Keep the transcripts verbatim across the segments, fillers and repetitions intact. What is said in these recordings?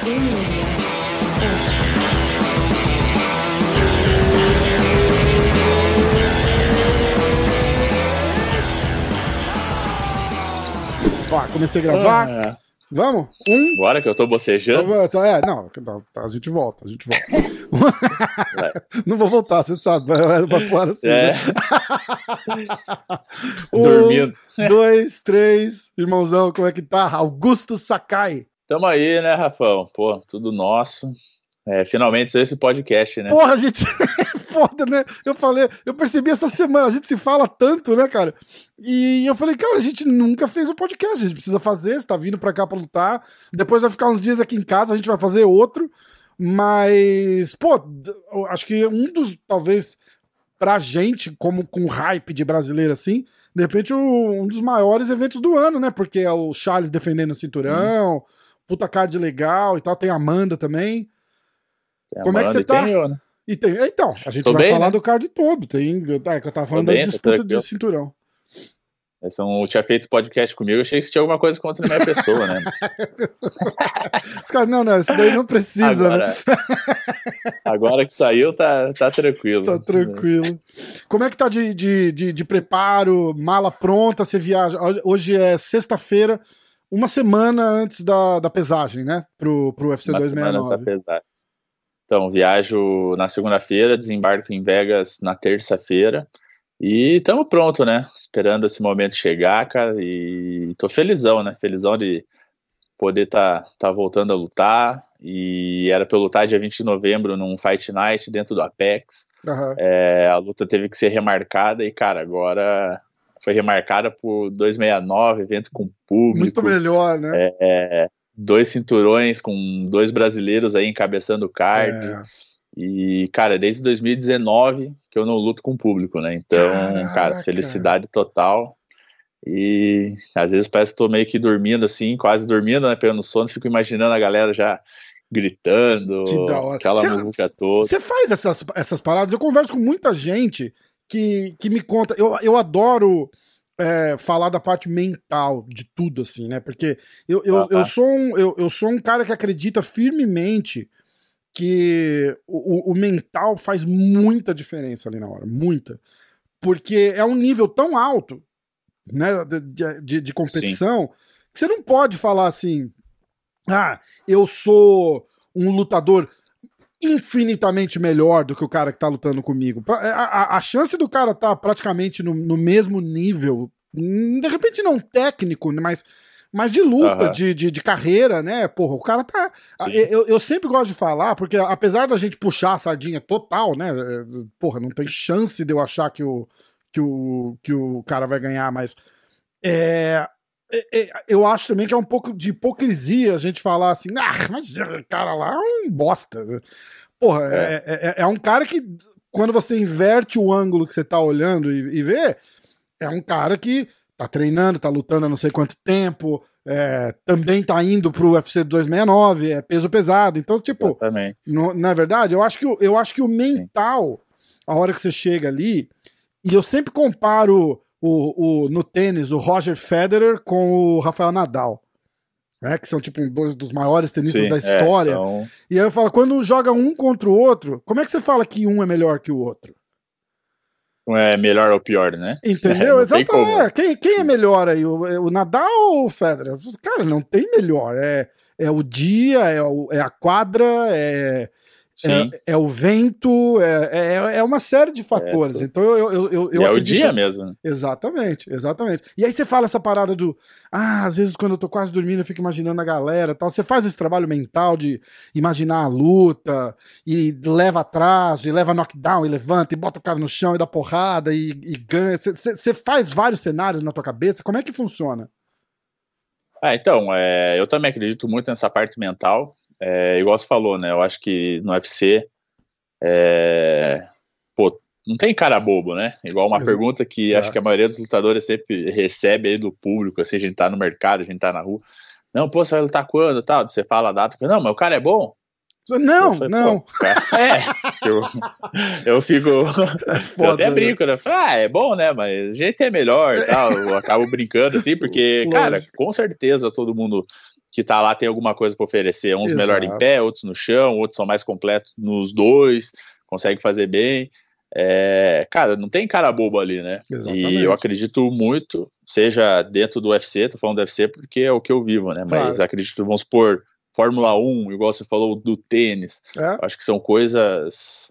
Ó, comecei a gravar. Ah, vamos? Um. Agora que eu tô bocejando. É, não, a gente volta, a gente volta. Não vou voltar, você sabe, vai, vai pôr assim. É. Né? Dormindo. Um, dois, três, irmãozão, como é que tá? Augusto Sakai. Tamo aí, né, Rafão? Pô, tudo nosso. É, finalmente esse podcast, né? Porra, gente, foda, né? Eu falei, eu percebi essa semana, a gente se fala tanto, né, cara? E eu falei, cara, a gente nunca fez um podcast, a gente precisa fazer, você tá vindo pra cá pra lutar, depois vai ficar uns dias aqui em casa, a gente vai fazer outro, mas, pô, acho que um dos, talvez, pra gente, como com hype de brasileiro assim, de repente o, um dos maiores eventos do ano, né? Porque é o Charles defendendo o cinturão, sim, puta card legal e tal, tem a Amanda também. Tem Como Amanda, é que você tá? Tem eu, né? E tem, então, a gente Tô vai bem, falar né? do card todo. Tem, tá, que eu tava falando Tô das bem, disputas tranquilo. de cinturão. Esse não tinha feito podcast comigo, eu achei que você tinha alguma coisa contra a minha pessoa, né? Os caras, não, não, isso daí não precisa, agora, né? Agora que saiu, tá, tá tranquilo. Tá tranquilo. Como é que tá de, de, de, de preparo, mala pronta, você viaja? Hoje é sexta-feira, uma semana antes da, da pesagem, né? Pro, pro U F C uma duzentos e sessenta e nove. Semana antes da pesagem. Então, viajo na segunda-feira, desembarco em Vegas na terça-feira e estamos pronto, né? Esperando esse momento chegar, cara, e tô felizão, né? Felizão de poder tá, tá voltando a lutar, e era pra eu lutar dia vinte de novembro num Fight Night dentro do Apex. Uhum. É, a luta teve que ser remarcada e, cara, agora foi remarcada por duzentos e sessenta e nove, evento com público. Muito melhor, né? É, é, dois cinturões com dois brasileiros aí encabeçando o card. É. E, cara, desde dois mil e dezenove que eu não luto com público, né? Então, Caraca. cara, felicidade total. E às vezes parece que tô meio que dormindo assim, quase dormindo, né? Pegando sono, fico imaginando a galera já gritando, que da hora. Aquela cê, música toda. Você faz essas, essas paradas? Eu converso com muita gente que, que me conta. Eu, eu adoro é, falar da parte mental de tudo, assim, né? Porque eu, eu, ah, tá. eu, sou um, eu, eu sou um cara que acredita firmemente que o, o mental faz muita diferença ali na hora, muita. Porque é um nível tão alto, né, de, de, de competição, Sim. que você não pode falar assim, ah, eu sou um lutador infinitamente melhor do que o cara que tá lutando comigo. A, a, a chance do cara estar tá praticamente no, no mesmo nível, de repente não técnico, mas... mas de luta, uhum. de, de, de carreira, né? Porra, o cara tá... Eu, eu sempre gosto de falar, porque apesar da gente puxar a sardinha total, né? Porra, não tem chance de eu achar que o, que o, que o cara vai ganhar, mas... É, é, eu acho também que é um pouco de hipocrisia a gente falar assim, ah, mas o cara lá é um bosta. Porra, é, é, é um cara que, quando você inverte o ângulo que você tá olhando e, e vê, é um cara que... tá treinando, tá lutando há não sei quanto tempo, é, também tá indo pro U F C duzentos e sessenta e nove, é peso pesado. Então, tipo, no, na verdade, eu acho, que, eu acho que o mental, Sim. a hora que você chega ali, e eu sempre comparo o, o, no tênis o Roger Federer com o Rafael Nadal, né, que são tipo dois dos maiores tenistas Sim, da história. É, são... E aí eu falo, quando joga um contra o outro, como é que você fala que um é melhor que o outro? Não é melhor ou pior, né? Entendeu? É, Exatamente. Quem, quem é melhor aí? O, o Nadal ou o Federer? Cara, não tem melhor. É, é o dia, é, o, é a quadra, é, é, é o vento, é, é, é uma série de fatores. É, então eu, eu, eu, eu e acredito... é o dia mesmo. Exatamente, exatamente. E aí você fala essa parada do... Ah, às vezes quando eu tô quase dormindo eu fico imaginando a galera e tal. Você faz esse trabalho mental de imaginar a luta e leva atrás, e leva knockdown, e levanta, e bota o cara no chão e dá porrada e, e ganha. Você faz vários cenários na tua cabeça? Como é que funciona? Ah, então, é, eu também acredito muito nessa parte mental. É, igual você falou, né? Eu acho que no U F C é, pô, não tem cara bobo, né? Igual uma Exato. pergunta que é. acho que a maioria dos lutadores sempre recebe aí do público, assim, a gente tá no mercado, a gente tá na rua. Não, pô, você vai lutar quando, tal? Você fala a data, não, mas o cara é bom? Não, falei, não. Cara, é, eu, eu fico, é foda, eu até brinco, né? Ah, é bom, né? Mas o jeito é melhor e tal. Eu acabo brincando assim, porque, Lógico. cara, com certeza todo mundo que tá lá tem alguma coisa para oferecer. Uns melhor em pé, outros no chão, outros são mais completos nos dois, consegue fazer bem. É, cara, não tem cara bobo ali, né? Exatamente. E eu acredito muito, seja dentro do U F C, tô falando do U F C porque é o que eu vivo, né? Mas claro. Acredito, vamos supor, Fórmula um, igual você falou do tênis, é. Acho que são coisas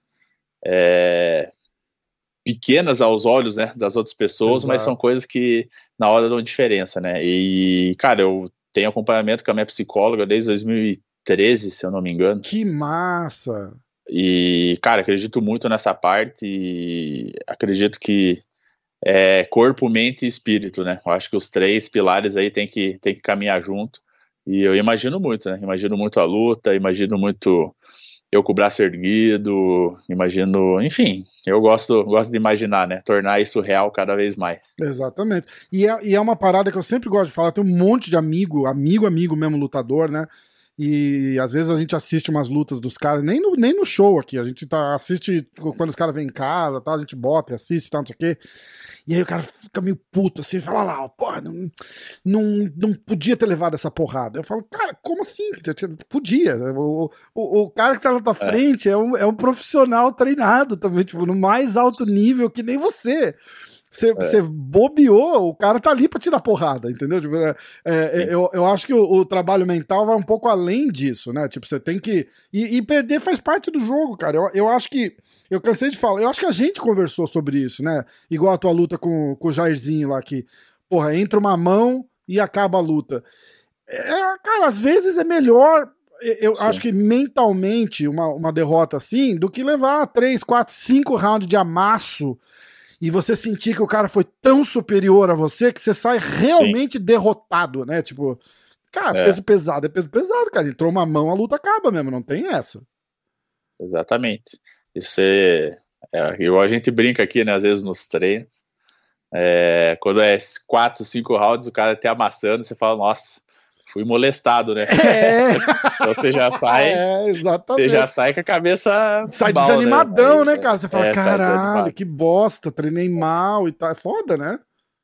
é, pequenas aos olhos, né, das outras pessoas, Exato. Mas são coisas que na hora dão diferença, né? E, cara, eu tenho acompanhamento com a minha psicóloga desde dois mil e treze, se eu não me engano. Que massa! E, cara, acredito muito nessa parte e acredito que é corpo, mente e espírito, né? Eu acho que os três pilares aí tem que, tem que caminhar junto. E eu imagino muito, né? Imagino muito a luta, imagino muito eu com o braço erguido, imagino, enfim, eu gosto, gosto de imaginar, né? Tornar isso real cada vez mais. Exatamente. E é, e é uma parada que eu sempre gosto de falar, tem um monte de amigo, amigo, amigo mesmo, lutador, né? E às vezes a gente assiste umas lutas dos caras, nem no, nem no show aqui, a gente tá, assiste quando os caras vêm em casa, tá, a gente bota e assiste, tá, não sei o quê. E aí o cara fica meio puto assim, fala lá, porra, não, não, não podia ter levado essa porrada. Eu falo, cara, como assim? Podia. O, o, o cara que tá na tua frente é um, é um profissional treinado também, tipo, no mais alto nível que nem você. Você é. bobeou, o cara tá ali pra te dar porrada, entendeu? Tipo, é, é, eu, eu acho que o, o trabalho mental vai um pouco além disso, né? Tipo, você tem que... E, e perder faz parte do jogo, cara. Eu, eu acho que... Eu cansei de falar. Eu acho que a gente conversou sobre isso, né? Igual a tua luta com, com o Jairzinho lá, que, porra, entra uma mão e acaba a luta. É, cara, às vezes é melhor... Eu Sim. acho que mentalmente uma, uma derrota assim, do que levar três, quatro, cinco rounds de amasso e você sentir que o cara foi tão superior a você que você sai realmente Sim. derrotado, né? Tipo, cara, é. peso pesado é peso pesado, cara. Entrou uma mão, a luta acaba mesmo, não tem essa. Exatamente. Isso é, é igual a gente brinca aqui, né? Às vezes nos treinos. É, quando é quatro, cinco rounds, o cara te amassando, você fala, nossa, fui molestado, né? É. Então você já sai. É, exatamente. Você já sai com a cabeça. Sai mal, desanimadão, né, né cara? Você fala, é, caralho, que bosta, treinei mal e tal. É foda, né?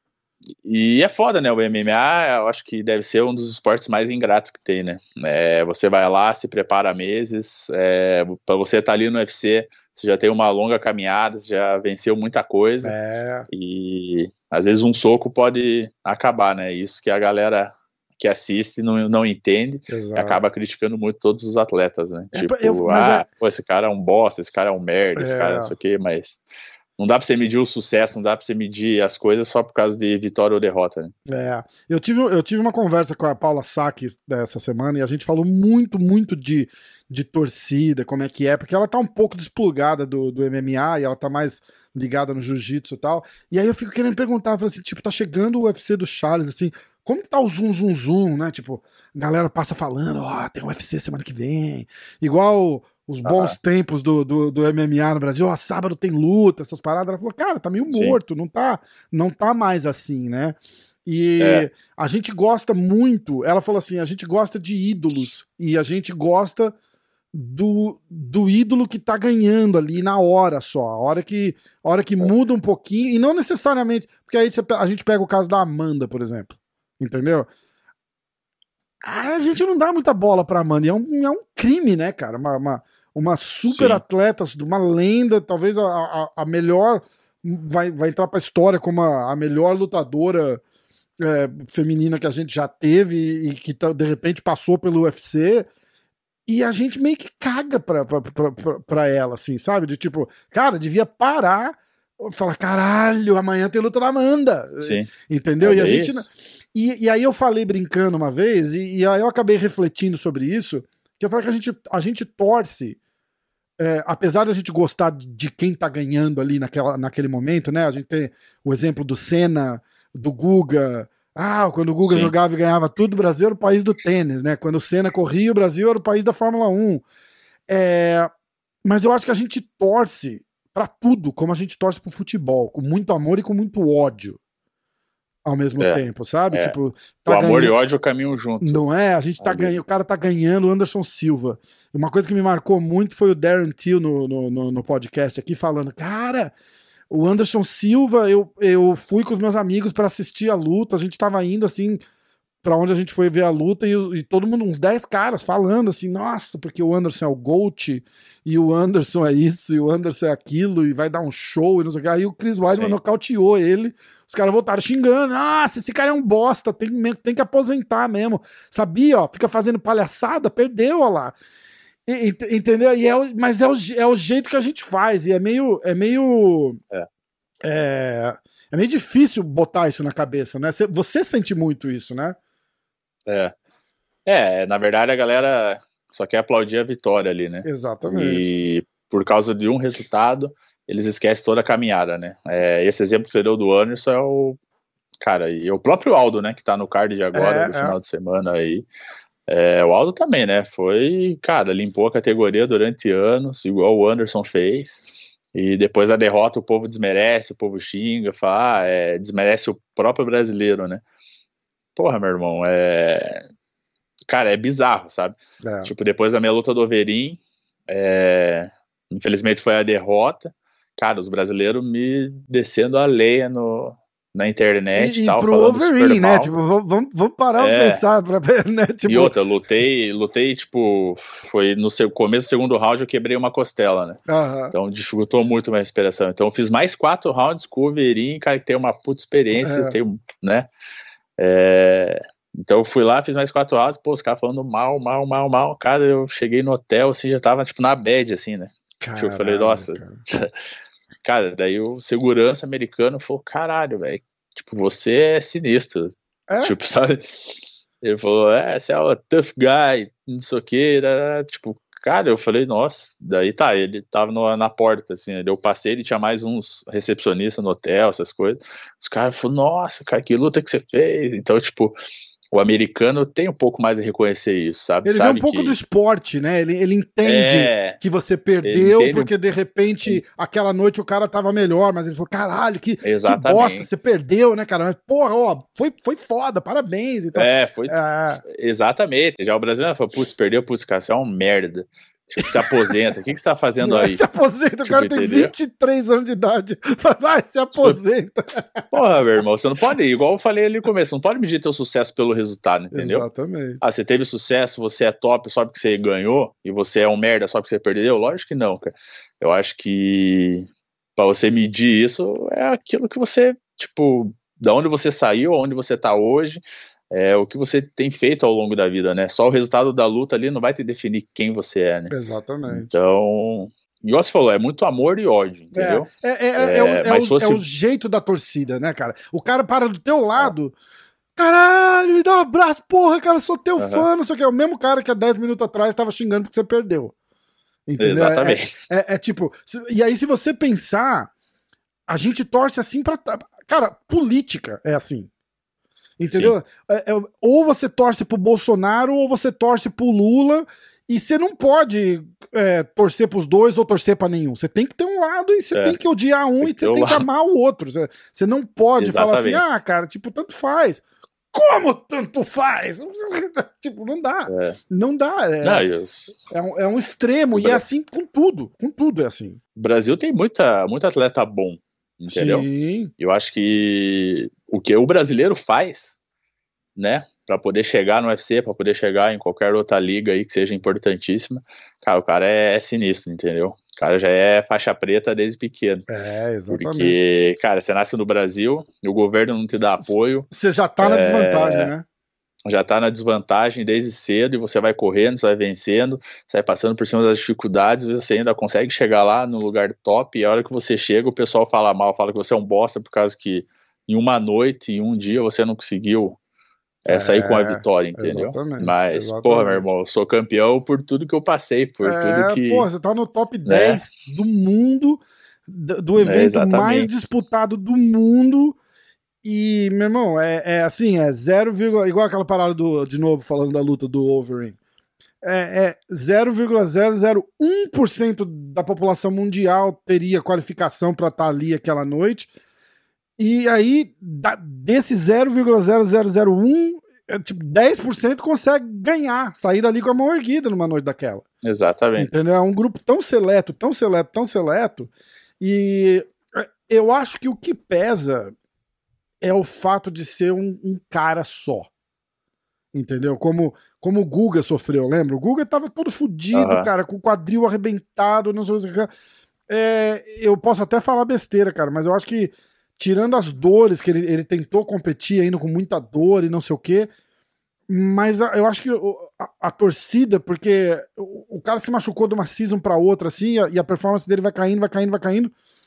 E é foda, né? O M M A, eu acho que deve ser um dos esportes mais ingratos que tem, né? É, você vai lá, se prepara meses, é, pra você estar tá ali no U F C, você já tem uma longa caminhada, você já venceu muita coisa. É. E às vezes um soco pode acabar, né? Isso que a galera que assiste não, não entende Exato. E acaba criticando muito todos os atletas, né? É, tipo, eu, ah, é... pô, esse cara é um bosta, esse cara é um merda, é. esse cara não sei o quê, mas não dá pra você medir o sucesso, não dá pra você medir as coisas só por causa de vitória ou derrota, né? É, eu tive, eu tive uma conversa com a Paula Sack essa semana e a gente falou muito, muito de, de torcida, como é que é, porque ela tá um pouco desplugada do, do M M A e ela tá mais ligada no jiu-jitsu e tal, e aí eu fico querendo perguntar, assim, tipo, tá chegando o U F C do Charles, assim, como que tá o zoom, zoom, zoom, né? Tipo, a galera passa falando, ó, oh, tem um U F C semana que vem. Igual os bons ah. tempos do, do, do M M A no Brasil, ó, oh, sábado tem luta, essas paradas. Ela falou, cara, tá meio morto, não tá, não tá mais assim, né? E é. a gente gosta muito, ela falou assim, a gente gosta de ídolos e a gente gosta do, do ídolo que tá ganhando ali na hora só, a hora que, a hora que é. muda um pouquinho, e não necessariamente, porque aí a gente pega o caso da Amanda, por exemplo. Entendeu? A gente não dá muita bola pra Amanda. É um, é um crime, né, cara? Uma, uma, uma super Sim. atleta, uma lenda, talvez a, a, a melhor. Vai, vai entrar pra história como a, a melhor lutadora é, feminina que a gente já teve e que de repente passou pelo U F C. E a gente meio que caga pra, pra, pra, pra, pra ela, assim, sabe? De tipo, cara, devia parar. Falar, caralho, amanhã tem luta da Amanda. Sim. Entendeu? É e a gente. E, e aí eu falei brincando uma vez, e, e aí eu acabei refletindo sobre isso, que eu falei que a gente, a gente torce, é, apesar de a gente gostar de quem tá ganhando ali naquela, naquele momento, né? A gente tem o exemplo do Senna, do Guga. Ah, quando o Guga Sim. jogava e ganhava tudo, o Brasil era o país do tênis, né? Quando o Senna corria, o Brasil era o país da Fórmula um. É, mas eu acho que a gente torce pra tudo, como a gente torce pro futebol, com muito amor e com muito ódio ao mesmo é, tempo, sabe? É. Tipo, tá o amor ganhando... e ódio caminham junto. Não é? A gente tá ganhando, o cara tá ganhando o Anderson Silva. Uma coisa que me marcou muito foi o Darren Till no, no, no, no podcast aqui falando, cara, o Anderson Silva, eu, eu fui com os meus amigos pra assistir a luta, a gente tava indo assim, pra onde a gente foi ver a luta e, e todo mundo, uns dez caras falando assim, nossa, porque o Anderson é o GOAT e o Anderson é isso e o Anderson é aquilo e vai dar um show e não sei o que. Aí o Chris Weidman nocauteou ele, os caras voltaram xingando, nossa, esse cara é um bosta, tem, tem que aposentar mesmo, sabia, ó, fica fazendo palhaçada, perdeu, ó lá. Entendeu? E é, mas é o, é o jeito que a gente faz, e é meio. É meio. É. É, é meio difícil botar isso na cabeça, né? Você sente muito isso, né? É. É, na verdade a galera só quer aplaudir a vitória ali, né? Exatamente. E por causa de um resultado, eles esquecem toda a caminhada, né? É, esse exemplo que você deu do Anderson é o. Cara, e o próprio Aldo, né? Que tá no card de agora, é, no final é. de semana aí. É, o Aldo também, né? Foi, cara, limpou a categoria durante anos, igual o Anderson fez. E depois da derrota o povo desmerece, o povo xinga, fala, ah, é, desmerece o próprio brasileiro, né? Porra, meu irmão, é. Cara, é bizarro, sabe? É. Tipo, depois da minha luta do Overeem, é... infelizmente foi a derrota. Cara, os brasileiros me descendo a lenha no. Na internet e, e tal, pro Overeem, né? Tipo, vamos, vamos parar é. pra pensar. Pra, né? Tipo... E outra, lutei, lutei, tipo, foi no seu, começo do segundo round eu quebrei uma costela, né? Uhum. Então dificultou muito a minha respiração. Então eu fiz mais quatro rounds com o Overeem, cara, que tem uma puta experiência, é. tem, né? É... Então eu fui lá, fiz mais quatro rounds, pô, os caras falando mal, mal, mal, mal. Cara, eu cheguei no hotel, assim, já tava, tipo, na bad, assim, né? Caralho, tipo, eu falei, nossa... Cara. Cara, daí o segurança americano falou, caralho, velho, tipo, você é sinistro. É? Tipo, sabe? Ele falou, é, você é o tough guy, não sei o que, né? Tipo, cara, eu falei, nossa, daí tá, ele tava no, na porta, assim, eu passei, ele tinha mais uns recepcionistas no hotel, essas coisas, os caras falaram, nossa, cara, que luta que você fez, então, tipo... O americano tem um pouco mais a reconhecer isso, sabe? Ele sabe vê um pouco que... do esporte, né? Ele, ele entende é... que você perdeu porque, de repente, aquela noite o cara tava melhor, mas ele falou, caralho, que, que bosta, você perdeu, né, cara? Mas, porra, ó, foi, foi foda, parabéns. Então, é, foi... É... Exatamente. Já o brasileiro falou, putz, perdeu, putz, cara, você é um merda. Tipo, se aposenta. O que, que você tá fazendo aí? Se aposenta, tipo, o cara tem entendeu? vinte e três anos de idade. Vai, se aposenta. Porra, meu irmão, você não pode, igual eu falei ali no começo, você não pode medir teu sucesso pelo resultado, entendeu? Exatamente. Ah, você teve sucesso, você é top só porque você ganhou, e você é um merda só porque você perdeu? Lógico que não, cara. Eu acho que pra você medir isso, é aquilo que você, tipo, da onde você saiu, aonde você tá hoje, é o que você tem feito ao longo da vida, né? Só o resultado da luta ali não vai te definir quem você é, né? Exatamente. Então, igual você falou, é muito amor e ódio, entendeu? É, é, é, é, é, o, é, o, fosse... é o jeito da torcida, né, cara? O cara para do teu lado, é. caralho, me dá um abraço, porra, cara, sou teu uhum. fã, não sei o que. É o mesmo cara que há dez minutos atrás tava xingando porque você perdeu. Entendeu? Exatamente. É, é, é tipo, e aí se você pensar, a gente torce assim pra... Cara, política é assim. Entendeu? É, é, ou você torce pro Bolsonaro ou você torce pro Lula, e você não pode é, torcer pros dois ou torcer pra nenhum. Você tem que ter um lado e você é. tem que odiar um tem e você tem que amar o outro. Você, você não pode Exatamente. falar assim, ah, cara, tipo, tanto faz. Como tanto faz? Tipo, não dá. É. Não dá. É, não, os... é, um, é um extremo, e é assim com tudo. Com tudo é assim. O Brasil tem muita, muito atleta bom. Entendeu? Sim. Eu acho que o que o brasileiro faz, né, para poder chegar no U F C, para poder chegar em qualquer outra liga aí que seja importantíssima, cara, o cara é, é sinistro, entendeu? O cara já é faixa preta desde pequeno. É, exatamente. Porque, cara, você nasce no Brasil, o governo não te dá apoio. Você já tá na é... desvantagem, né? Já tá na desvantagem desde cedo, e você vai correndo, você vai vencendo, você vai passando por cima das dificuldades, e você ainda consegue chegar lá no lugar top, e a hora que você chega, o pessoal fala mal, fala que você é um bosta, por causa que em uma noite, em um dia, você não conseguiu é, sair é, com a vitória, entendeu? Exatamente, Mas, exatamente. porra, meu irmão, eu sou campeão por tudo que eu passei, por é, tudo que... Porra, você tá no top dez é. do mundo, do evento é, mais disputado do mundo. E, meu irmão, é, é assim, é zero, igual aquela parada do, de novo, falando da luta do Overeem. É, é zero vírgula zero zero um por cento da população mundial teria qualificação para estar ali aquela noite. E aí, da, desse zero vírgula zero zero zero um, é, tipo, dez por cento consegue ganhar, sair dali com a mão erguida numa noite daquela. Exatamente. Entendeu? É um grupo tão seleto, tão seleto, tão seleto. E eu acho que o que pesa é o fato de ser um, um cara só. entendeu? Como, como o Guga sofreu, lembra? O Guga tava todo fudido, uhum. cara, com o quadril arrebentado, não sei o que. É, eu posso até falar besteira, cara, mas eu acho que, tirando as dores, que ele, ele tentou competir ainda com muita dor e não sei o que, mas eu acho que a, a torcida, porque o, o cara se machucou de uma season pra outra, assim, e a, e a performance dele vai caindo, vai caindo, vai caindo.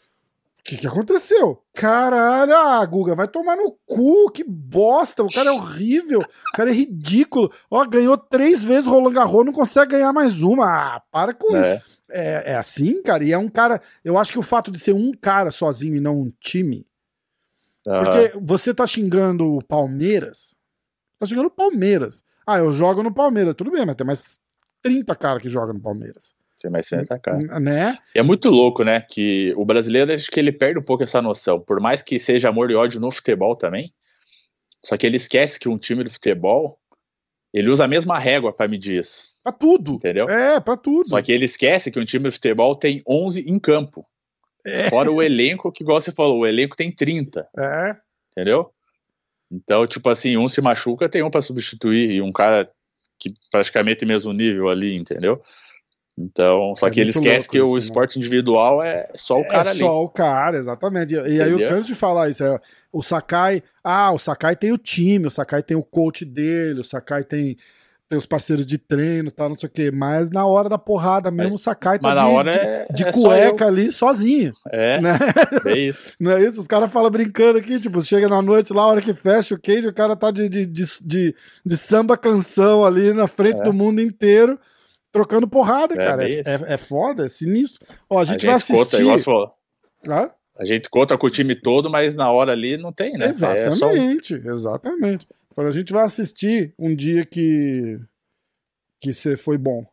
O que, que aconteceu? Caralho, ah, Guga, vai tomar no cu, que bosta, o cara é horrível, o cara é ridículo. Ó, ganhou três vezes o Roland Garros, não consegue ganhar mais uma. Ah, para com é. isso. É, é assim, cara, e é um cara, eu acho que o fato de ser um cara sozinho e não um time, uhum. porque você tá xingando o Palmeiras, tá xingando o Palmeiras. Ah, eu jogo no Palmeiras, tudo bem, mas tem mais trinta caras que jogam no Palmeiras. Tem mais sessenta caras. Né? E é muito louco, né, que o brasileiro, acho que ele perde um pouco essa noção, por mais que seja amor e ódio no futebol também, só que ele esquece que um time de futebol, ele usa a mesma régua pra medir isso. Pra tudo. Entendeu? É, pra tudo. Só que ele esquece que um time de futebol tem onze em campo. É. Fora o elenco, que igual você falou, o elenco tem trinta. É. Entendeu? Então, tipo assim, um se machuca, tem um pra substituir, e um cara que praticamente tem o mesmo nível ali, entendeu? Então, só é que ele esquece que isso, o esporte, né? Individual é só o cara é ali. É só o cara, exatamente. E, e aí eu canso de falar isso. É, o Sakai, ah, o Sakai tem o time, o Sakai tem o coach dele, o Sakai tem, tem os parceiros de treino, tal, não sei o quê. Mas na hora da porrada mesmo, o Sakai tá de, de, é, de é cueca ali sozinho. É, né? é isso. Não é isso? Os caras falam brincando aqui, tipo, chega na noite lá, a hora que fecha o cage, o cara tá de, de, de, de, de samba canção ali na frente é. do mundo inteiro. Trocando porrada, é, cara. É, é, é foda, é sinistro. Ó, a gente, a gente vai assistir. Conta, falou. Ah? A gente conta com o time todo, mas na hora ali não tem, né? Exatamente, é só... exatamente. A gente vai assistir um dia que que você foi bom.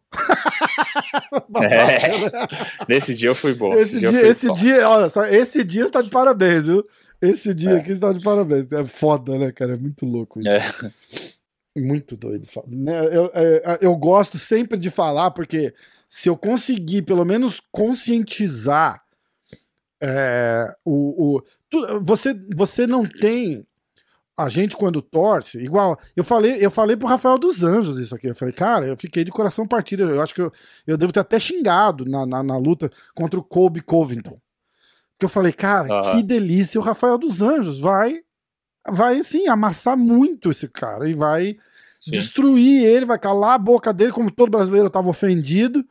É, nesse dia eu fui bom. Esse, esse dia, dia esse bom. dia, olha só, esse dia você tá de parabéns, viu? Esse dia é. aqui você tá de parabéns. É foda, né, cara? É muito louco isso. É. Muito doido. Eu, eu, eu gosto sempre de falar, porque se eu conseguir pelo menos conscientizar é, o, o tu, você, você não tem a gente quando torce, igual eu falei, eu falei pro Rafael dos Anjos isso aqui, eu falei, cara, eu fiquei de coração partido, eu acho que eu, eu devo ter até xingado na, na, na luta contra o Colby Covington, porque eu falei, cara, uhum. que delícia, o Rafael dos Anjos vai vai, assim, amassar muito esse cara e vai Sim. destruir ele, vai calar a boca dele, como todo brasileiro estava ofendido.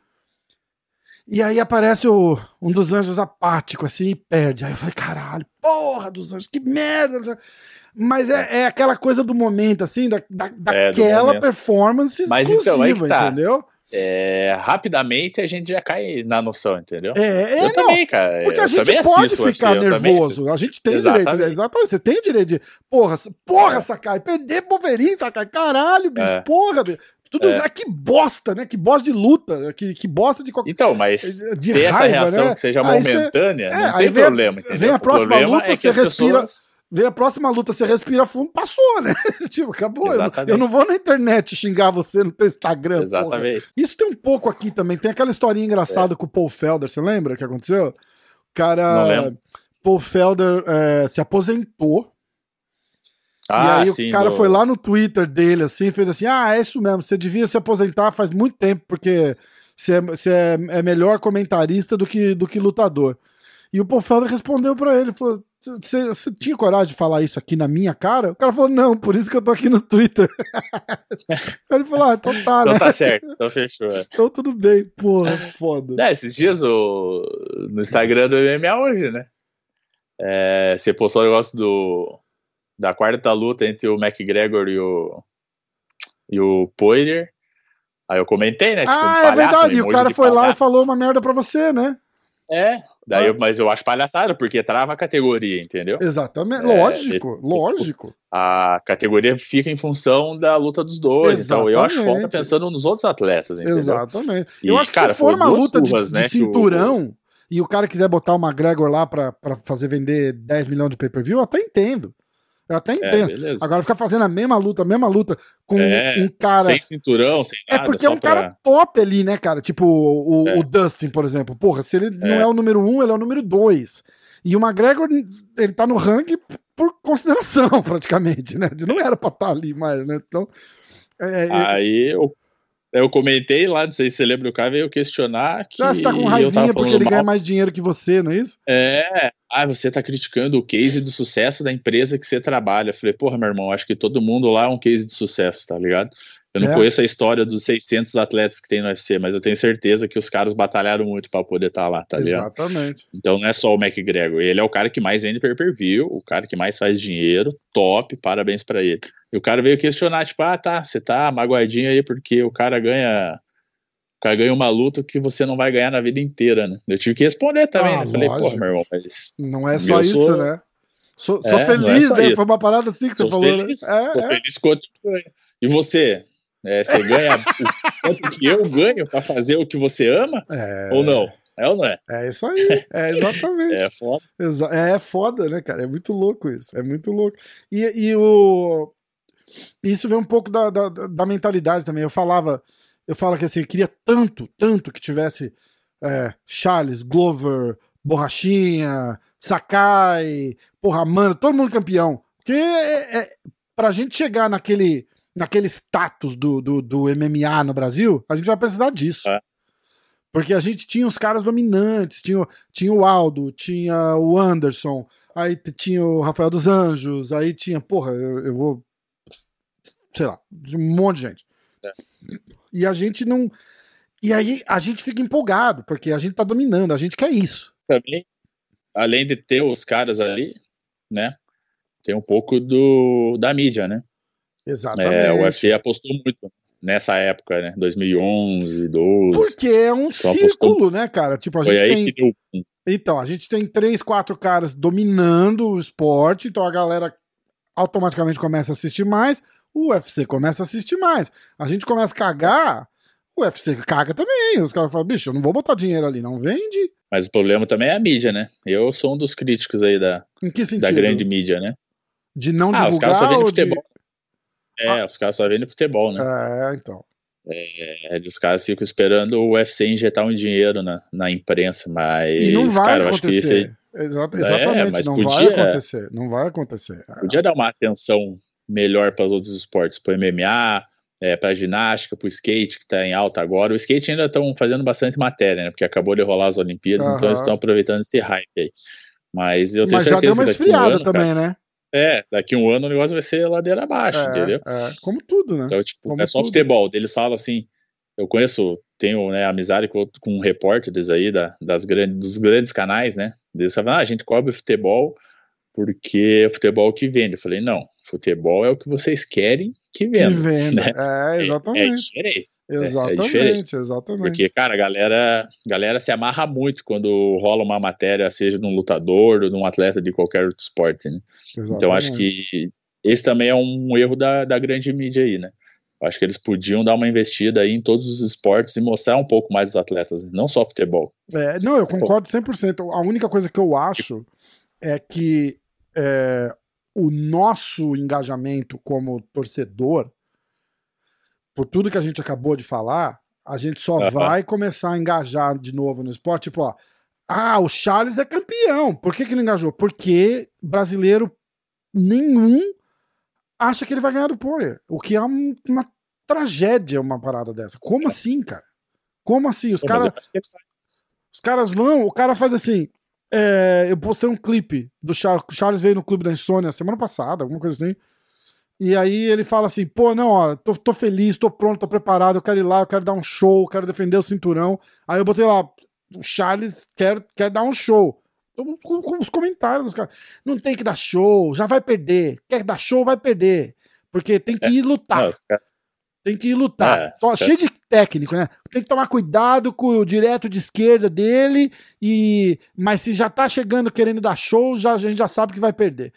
E aí aparece o, um dos anjos apático, assim, e perde. Aí eu falei, caralho, porra dos anjos, que merda. Mas é, é aquela coisa do momento, assim, da, da, é, daquela performance Mas exclusiva, então, aí que tá. entendeu? É, rapidamente a gente já cai na noção, entendeu? É, é eu não, também, cara. Porque eu a gente pode ficar nervoso. A gente tem exatamente. direito. Exatamente. Você tem o direito de. Porra, porra, é. Sakai, perder Wolverine, Sakai. Caralho, bicho, é. porra, bicho. Tudo, é. que bosta, né? Que bosta de luta, que, que bosta de qualquer. Então, mas de ter raiva, essa reação né? que seja momentânea, cê, não é, tem vem, problema. Entendeu? Vem a próxima luta, é você respira. pessoas... Vem a próxima luta, você respira fundo, passou, né? Tipo, acabou. Eu, eu não vou na internet xingar você no teu Instagram. Exatamente. Porra. Isso tem um pouco aqui também. Tem aquela historinha engraçada é. com o Paul Felder, você lembra o que aconteceu? O cara. Paul Felder é, se aposentou. Ah, e aí sim, o cara do... foi lá no Twitter dele, assim, fez assim, ah, é isso mesmo, você devia se aposentar faz muito tempo, porque você é, você é, é melhor comentarista do que, do que lutador. E o Paul Felder respondeu pra ele, falou, você tinha coragem de falar isso aqui na minha cara? O cara falou, não, por isso que eu tô aqui no Twitter. Ele falou, ah, então tá, então né? tá certo, então fechou. É. Então tudo bem, porra, foda. É, esses dias o... no Instagram do M M A hoje, né? É, você postou o negócio do... da quarta luta entre o McGregor e o e o Poirier. Aí eu comentei, né? Tipo, ah, um é palhaço, verdade. E o cara foi palhaço. lá e falou uma merda pra você, né? É. Daí ah. eu, mas eu acho palhaçada, porque trava a categoria, entendeu? Exatamente. É, lógico, ele, lógico. A categoria fica em função da luta dos dois. Exatamente. Então eu acho falta pensando nos outros atletas, entendeu? Exatamente. E, eu acho que cara, se for uma luta surras, de, né, de cinturão o... e o cara quiser botar o McGregor lá pra, pra fazer vender dez milhões de pay-per-view, eu até entendo. Eu até entendo. É, agora ficar fazendo a mesma luta, a mesma luta com é, um cara. Sem cinturão, sem nada. É porque é um pra... cara top ali, né, cara? Tipo o, é. o Dustin, por exemplo. Porra, se ele é. não é o número um, ele é o número dois. E o McGregor, ele tá no ranking por consideração, praticamente, né? Ele não era pra estar ali mais, né? Então. É, é, Aí eu, eu comentei lá, não sei se você lembra, o cara veio questionar que ah, você tá com eu tava raivinha porque falando ele ganha mal. mais dinheiro que você, não é isso? É, ah, você tá criticando o case do sucesso da empresa que você trabalha. Eu falei, porra, meu irmão, acho que todo mundo lá é um case de sucesso, tá ligado? Eu não É. conheço a história dos seiscentos atletas que tem no U F C, mas eu tenho certeza que os caras batalharam muito pra poder estar lá, tá ligado? Exatamente. Então não é só o McGregor, ele é o cara que mais vende pay-per-view, o cara que mais faz dinheiro, top, parabéns pra ele. E o cara veio questionar, tipo, ah, tá, você tá magoadinho aí porque o cara ganha, o cara ganha uma luta que você não vai ganhar na vida inteira, né? Eu tive que responder também, Ah, né? Falei, porra, lógico. meu irmão, mas Não é só eu isso, sou, né? Sou, sou é, não é feliz, só né? isso. Foi uma parada assim que Sou você falou, feliz, né? É, sou é. feliz quanto eu ganho. E você? É, você ganha o quanto que eu ganho pra fazer o que você ama? É. Ou não? É ou não é? É isso aí, é exatamente. É foda. Exa é foda, né, cara? É muito louco isso, é muito louco. E, e o... isso vem um pouco da, da, da mentalidade também. Eu falava, eu falo que assim, eu queria tanto, tanto que tivesse é, Charles, Glover, Borrachinha, Sakai, porra, mano, todo mundo campeão. Porque é, é, pra gente chegar naquele, naquele status do, do, do M M A no Brasil, a gente vai precisar disso. É. Porque a gente tinha os caras dominantes, tinha, tinha o Aldo, tinha o Anderson, aí tinha o Rafael dos Anjos, aí tinha, porra, eu, eu vou, sei lá, um monte de gente. É. E a gente não... E aí a gente fica empolgado, porque a gente tá dominando, a gente quer isso. Também, além de ter os caras ali, né, tem um pouco do, da mídia, né? Exatamente. É, o U F C apostou muito nessa época, né? dois mil e onze, doze. Porque é um então círculo, apostou... né, cara? Tipo, a Foi gente aí tem... que deu. Então, a gente tem três, quatro caras dominando o esporte, então a galera automaticamente começa a assistir mais, o U F C começa a assistir mais. A gente começa a cagar, o U F C caga também. Os caras falam, bicho, eu não vou botar dinheiro ali, não vende. Mas o problema também é a mídia, né? Eu sou um dos críticos aí da, Em que sentido? da grande mídia, né? De não ah, divulgar os caras só vendem ou futebol. de... É, ah. os caras só vendem futebol, né? É, então. É, os caras ficam esperando o U F C injetar um dinheiro na, na imprensa, mas, e não vai cara, acontecer. eu acho que isso aí... Exato, exatamente, é, não podia, vai acontecer. Não vai acontecer. Podia dar uma atenção melhor para os outros esportes, para o M M A, é, para a ginástica, para o skate, que está em alta agora. O skate ainda estão fazendo bastante matéria, né? Porque acabou de rolar as Olimpíadas, uhum. Então eles estão aproveitando esse hype aí. Mas eu tenho Mas certeza já deu uma que daqui esfriada um ano, também, cara, né? É, daqui um ano o negócio vai ser ladeira abaixo, é, entendeu? É, como tudo, né? Então, tipo, como é só tudo. futebol. Eles falam assim, eu conheço, tenho né, amizade com, com repórteres aí da, das grandes, dos grandes canais, né? Eles falam, ah, a gente cobre futebol porque é futebol que vende. Eu falei, não, futebol é o que vocês querem que venda. Que venda, né? é, exatamente. É, é diferente. Exatamente, é, é diferente. exatamente. Porque, cara, a galera, galera se amarra muito quando rola uma matéria, seja de um lutador ou de um atleta de qualquer outro esporte, né? Exatamente. Então acho que esse também é um erro da, da grande mídia aí, né? Acho que eles podiam dar uma investida aí em todos os esportes e mostrar um pouco mais dos atletas, né? Não só futebol. É, não, eu concordo cem por cento. A única coisa que eu acho é que é, o nosso engajamento como torcedor, por tudo que a gente acabou de falar, a gente só uh-huh. vai começar a engajar de novo no esporte. Tipo, ó, ah, o Charles é campeão. Por que, que ele engajou? Porque brasileiro nenhum acha que ele vai ganhar do Poirier. O que é uma, uma tragédia, uma parada dessa. Como assim, cara? Como assim? Os, cara, os caras vão, o cara faz assim. É, eu postei um clipe do Charles. O Charles veio no Clube da Insônia semana passada, alguma coisa assim. E aí ele fala assim, pô, não, ó, tô, tô feliz, tô pronto, tô preparado, eu quero ir lá, eu quero dar um show, eu quero defender o cinturão. Aí eu botei lá, o Charles quer, quer dar um show. Com, com os comentários dos caras. Não tem que dar show, já vai perder. Quer dar show, vai perder. Porque tem que ir lutar. Nossa, tem que ir lutar. É, Ó, cheio de técnico, né? Tem que tomar cuidado com o direto de esquerda dele. E mas se já tá chegando querendo dar show, já, a gente já sabe que vai perder.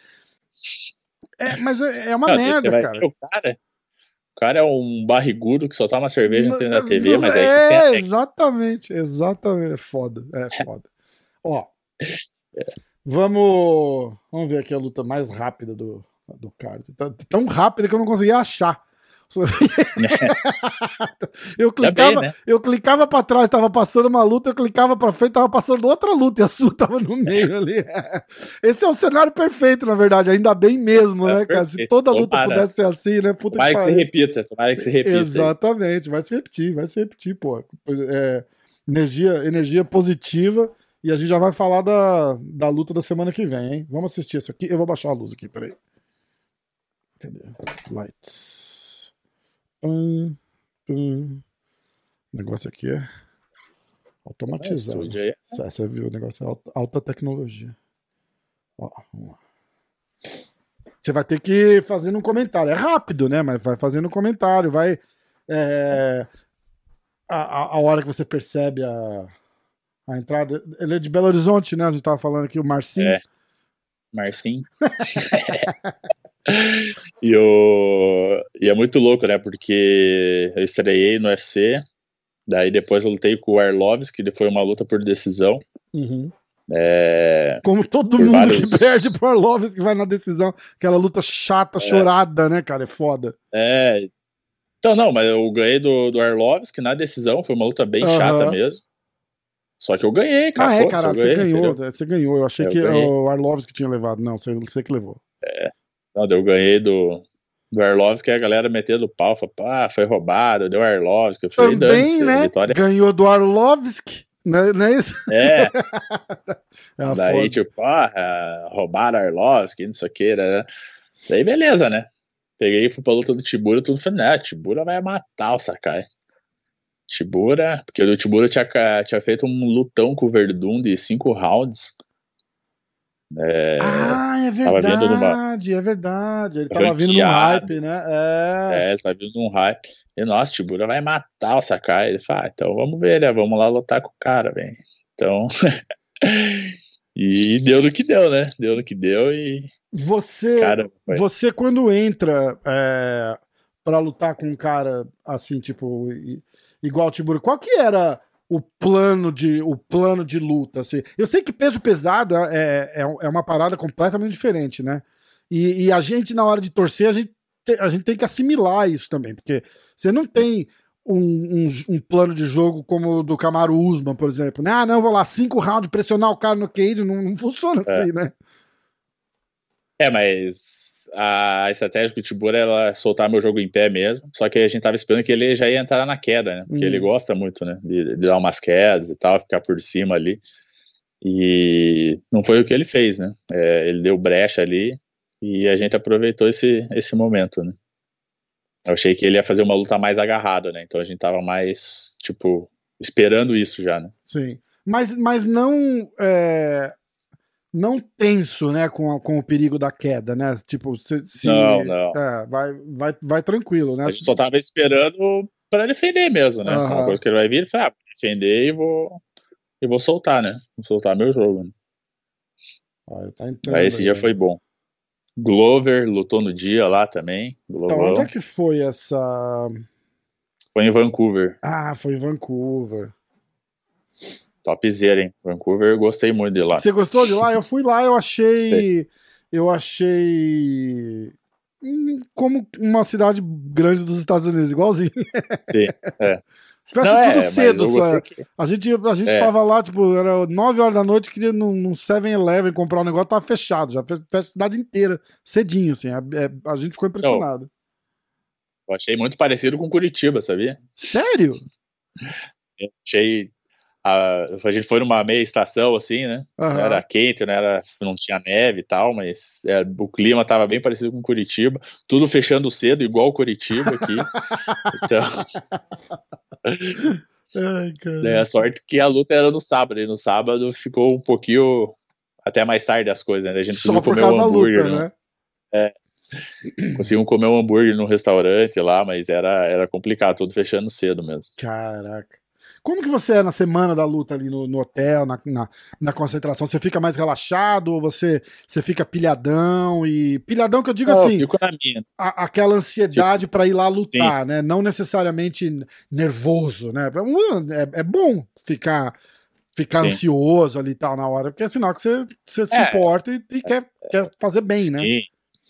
É, mas é uma não, merda, cara. O cara. O cara é um barrigudo que só toma cerveja na frente da T V, mas é, é que tem exatamente, exatamente. É foda, é foda. Ó, é. vamos, vamos ver aqui a luta mais rápida do, do card. Tá tão rápida que eu não consegui achar. eu clicava, bem, né? eu clicava pra trás, tava passando uma luta, eu clicava pra frente, tava passando outra luta, e a sua tava no meio ali. Esse é o cenário perfeito, na verdade, ainda bem mesmo, né, cara? Se toda luta tomara. pudesse ser assim, né? Puta tomara que, que que se repita, tomara que se repita. Exatamente, aí. vai se repetir, vai se repetir, pô. É, energia, energia positiva. E a gente já vai falar da, da luta da semana que vem, hein? Vamos assistir isso aqui. Eu vou baixar a luz aqui, peraí. Cadê? Lights. Hum, hum. O negócio aqui é automatizado. É, você viu, o negócio é alta, alta tecnologia. Ó, vamos lá. Você vai ter que fazer um comentário. É rápido, né? Mas vai fazendo um comentário. Vai. É, a, a hora que você percebe a. A entrada, ele é de Belo Horizonte, né? A gente tava falando aqui, o Marcinho. É, Marcinho. e, o... e é muito louco, né? Porque eu estreiei no U F C, daí depois eu lutei com o Arlovski, que foi uma luta por decisão. Uhum. É... Como todo mundo vários... que perde pro Arlovski, que vai na decisão, aquela luta chata, é. chorada, né, cara? É foda. É. Então, não, mas eu ganhei do, do Arlovski na decisão, foi uma luta bem uhum. chata mesmo. Só que eu ganhei, cara. Ah, é, cara, você ganhei, ganhou, entendeu? Você ganhou. Eu achei eu que ganhei. o Arlovski tinha levado. Não, você, você que levou. É. Não, eu ganhei do, do Arlovski, a galera metendo pau, falou, pá, foi roubado, deu Arlovski. Eu falei, também, né? Vitória... Ganhou do Arlovski, não, não é isso? É. é Daí, foda. tipo, ah, roubaram Arlovski, não sei o que, né? Daí, beleza, né? Peguei e fui pra luta do Tibura, tudo falei, né, Tibura vai matar o Sakai. Tibura, porque o Tibura tinha, tinha feito um lutão com o Verdun de cinco rounds. É, ah, é verdade, numa... é verdade. Ele tava vindo num hype, né? É, é ele tava vindo num hype. E, nossa, Tibura vai matar o Sakai. Ele fala, ah, então vamos ver, né? Vamos lá lutar com o cara, velho. Então. E deu no que deu, né? Deu no que deu e. Você, cara, você quando entra é, pra lutar com um cara assim, tipo. Igual o Tibura, qual que era o plano de, o plano de luta? Assim? Eu sei que peso pesado é, é, é uma parada completamente diferente, né? E, e a gente, na hora de torcer, a gente, te, a gente tem que assimilar isso também, porque você não tem um, um, um plano de jogo como o do Kamaru Usman, por exemplo. Né? Ah, não, vou lá, cinco rounds, pressionar o cara no cage, não, não funciona é. assim, né? É, mas a estratégia do Tibura era soltar meu jogo em pé mesmo, só que a gente tava esperando que ele já ia entrar na queda, né? Porque hum. ele gosta muito, né? De, de dar umas quedas e tal, ficar por cima ali. E não foi o que ele fez, né? É, ele deu brecha ali e a gente aproveitou esse, esse momento, né? Eu achei que ele ia fazer uma luta mais agarrada, né? Então a gente tava mais, tipo, esperando isso já, né? Sim. Mas, mas não... É... não tenso, né, com, com o perigo da queda, né? Tipo, se, se não, não. É, vai, vai, vai tranquilo, né? A gente só tava esperando para defender mesmo, né? Uhum. Uma coisa que ele vai vir, ele fala, ah, defender e vou e vou soltar, né? Vou soltar meu jogo. Né? Ah, tá entrando, aí esse aí. Dia foi bom. Glover lutou no dia lá também. Então, onde é que foi essa? Foi em Vancouver. Ah, foi em Vancouver. Topzera, hein? Vancouver, eu gostei muito de lá. Você gostou de lá? Eu fui lá, eu achei... Gostei. Eu achei... como uma cidade grande dos Estados Unidos, igualzinho. Sim, é. Fecha Não, tudo é, cedo, só. Que... A gente, a gente é. tava lá, tipo, era nove horas da noite, queria num, num seven eleven comprar um negócio, tava fechado, já fecha a cidade inteira, cedinho, assim. A, a gente ficou impressionado. Eu achei muito parecido com Curitiba, sabia? Sério? Eu achei... A, a gente foi numa meia estação, assim, né? Uhum. Era quente, não, era, não tinha neve e tal, mas é, o clima tava bem parecido com Curitiba, tudo fechando cedo, igual Curitiba aqui. Então. Ai, cara. É, a sorte que a luta era no sábado, e no sábado ficou um pouquinho até mais tarde as coisas, né? A gente só por causa da luta, né? É. Conseguimos comer um hambúrguer no restaurante lá, mas era, era complicado, tudo fechando cedo mesmo. Caraca. Como que você é na semana da luta ali no, no hotel, na, na, na concentração? Você fica mais relaxado ou você, você fica pilhadão? E pilhadão que eu digo oh, assim, eu fico na minha. A, aquela ansiedade tipo, para ir lá lutar, sim, né? Não necessariamente nervoso, né? É, é bom ficar, ficar ansioso ali e tal na hora, porque é sinal que você, você é, se importa e, e quer, quer fazer bem, sim. né?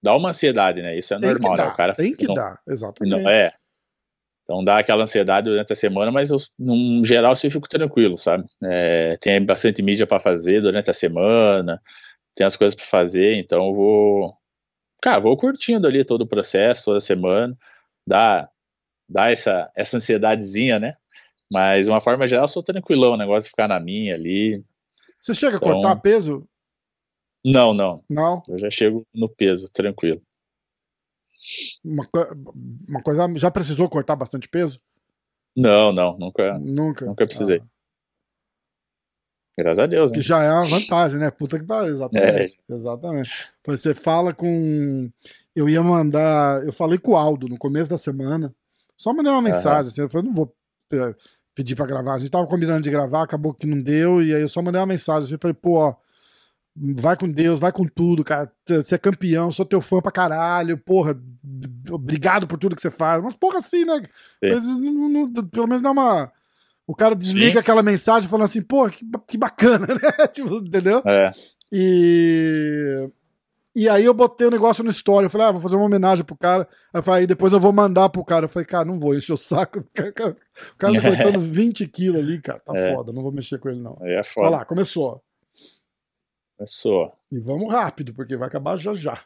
dá uma ansiedade, né? Isso é tem normal, que dar, né? O cara tem que não, dar, exatamente. não, é. Então dá aquela ansiedade durante a semana, mas eu, no geral eu fico tranquilo, sabe? É, tem bastante mídia para fazer durante a semana, tem as coisas para fazer, então eu vou, cara, vou curtindo ali todo o processo, toda semana, dá, dá essa, essa ansiedadezinha, né? Mas de uma forma geral eu sou tranquilão, o negócio de ficar na minha ali. Você chega Então, a cortar peso? não, não. Não. Eu já chego no peso, tranquilo. Uma, uma coisa, já precisou cortar bastante peso? Não, não, nunca, Nunca. nunca precisei. Ah. Graças a Deus, né? Que já é uma vantagem, né? Puta que pariu, exatamente. É. Exatamente. Você fala com. Eu ia mandar. Eu falei com o Aldo no começo da semana. Só mandei uma mensagem. Assim, eu falei, não vou pedir pra gravar. A gente tava combinando de gravar, acabou que não deu. E aí eu só mandei uma mensagem. Assim, eu falei, pô, ó, vai com Deus, vai com tudo, cara. Você é campeão, sou teu fã pra caralho. Porra, obrigado por tudo que você faz. Mas porra, assim, né? Mas, não, não, pelo menos dá uma. O cara desliga Sim. aquela mensagem falando assim, pô, que, que bacana, né? Tipo, entendeu? É. E... e aí eu botei o negócio no story. Eu falei, ah, vou fazer uma homenagem pro cara. Aí eu falei, depois eu vou mandar pro cara. Eu falei, cara, não vou encher o saco. O cara tá cortando vinte quilos ali, cara. Tá é. foda, não vou mexer com ele, não. É foda. Olha lá, começou. Começou. E vamos rápido, porque vai acabar já já.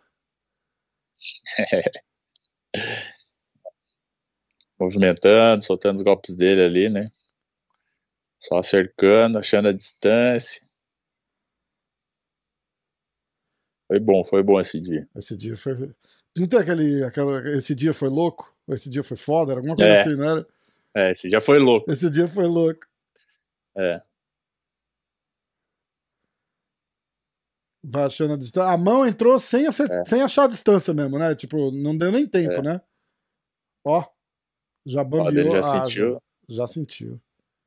Movimentando, soltando os golpes dele ali, né? Só cercando, achando a distância. Foi bom, foi bom esse dia. Esse dia foi. Não tem aquele, aquela. Esse dia foi louco? Esse dia foi foda? Era alguma coisa é. assim, não era? É, esse dia foi louco. Esse dia foi louco. É. Vai achando a distância. A mão entrou sem, acert... é. sem achar a distância mesmo, né? Tipo, não deu nem tempo, é. né? Ó. Já bambeou. Já ah, sentiu. Já, já sentiu.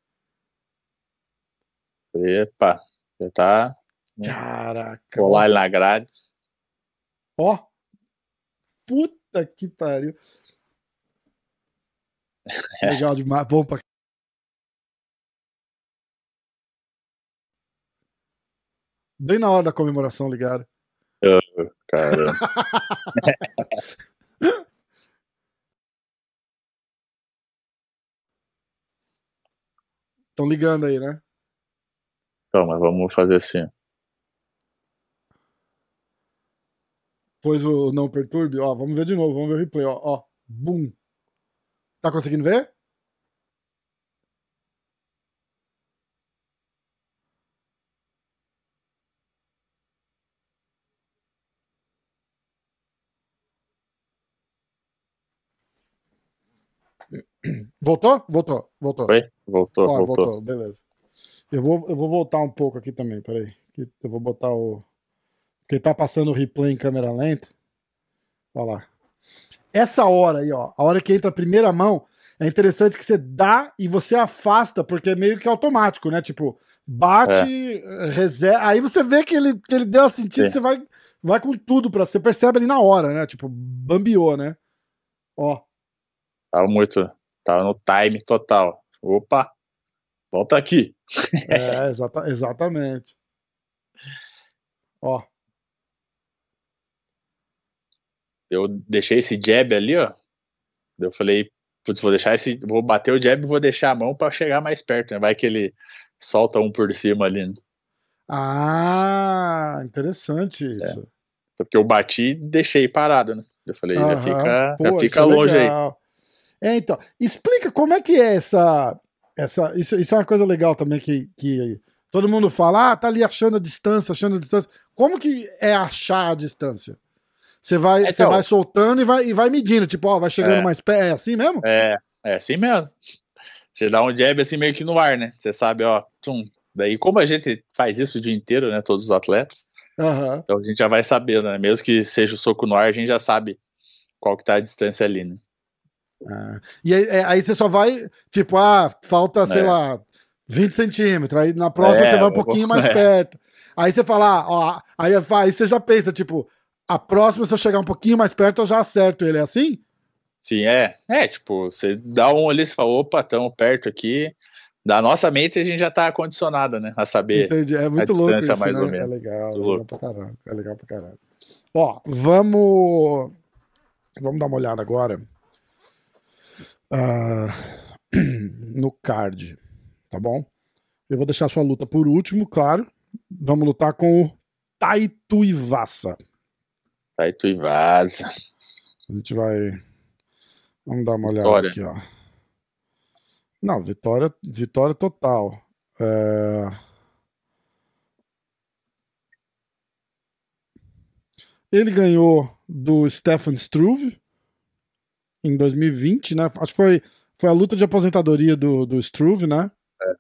Epa, já tá. Caraca. Colar ele na grade. Ó. Puta que pariu. Legal demais. Bom pra. Bem na hora da comemoração, ligaram. Oh, caramba. Estão ligando aí, né? Então, mas vamos fazer assim. Pois o não perturbe, ó, vamos ver de novo, vamos ver o replay, ó, ó, bum. Tá conseguindo ver? Voltou? Voltou, voltou. Foi? Voltou, ó, voltou. voltou. Beleza. Eu vou, eu vou voltar um pouco aqui também, peraí. Eu vou botar o... Porque tá passando o replay em câmera lenta. Olha lá. Essa hora aí, ó, a hora que entra a primeira mão, é interessante que você dá e você afasta, porque é meio que automático, né? Tipo, bate, é. reserva. Aí você vê que ele, que ele deu a sentido, Sim. você vai, vai com tudo pra. Você percebe ali na hora, né? Tipo, bambiou, né? Ó. Tava muito. Tava no time total. Opa! Volta aqui. É, exata, exatamente. Ó. Eu deixei esse jab ali, ó. Eu falei, putz, vou deixar esse. Vou bater o jab e vou deixar a mão pra chegar mais perto, né? Vai que ele solta um por cima ali. Né? Ah, interessante isso. É. Porque eu bati e deixei parado, né? Eu falei, Aham, já fica, pô, já fica longe legal. aí. É, então, explica como é que é essa. essa isso, isso é uma coisa legal também que, que todo mundo fala, ah, tá ali achando a distância, achando a distância. Como que é achar a distância? Você vai, então, você vai soltando e vai, e vai medindo, tipo, ó, vai chegando é, mais perto, é assim mesmo? É, é assim mesmo. Você dá um jab assim meio que no ar, né? Você sabe, ó, tum. Daí como a gente faz isso o dia inteiro, né, todos os atletas, uhum. então a gente já vai sabendo, né? Mesmo que seja o soco no ar, a gente já sabe qual que tá a distância ali, né? Ah, e aí, aí você só vai, tipo, ah, falta, sei é. lá, vinte centímetros, aí na próxima é, você vai um pouquinho vou... mais é. perto. Aí você fala, ah, ó, aí, aí você já pensa, tipo, a próxima, se eu chegar um pouquinho mais perto, eu já acerto ele, é assim? Sim, é. É, tipo, você dá um ali, você fala, opa, estamos perto aqui. Da nossa mente, a gente já tá condicionado, né? A saber Entendi. É muito a louco distância isso, mais né? ou menos. É legal, é legal pra caralho. É legal pra caralho. Ó, vamos. Vamos dar uma olhada agora. Uh, no card, tá bom? Eu vou deixar a sua luta por último, claro. Vamos lutar com o Tai Tuivasa. Tai Tuivasa. A gente vai. Vamos dar uma olhada Vitória. aqui, ó. Não, vitória, vitória total. É... Ele ganhou do Stefan Struve em dois mil e vinte, né? Acho que foi, foi a luta de aposentadoria do, do Struve, né? É.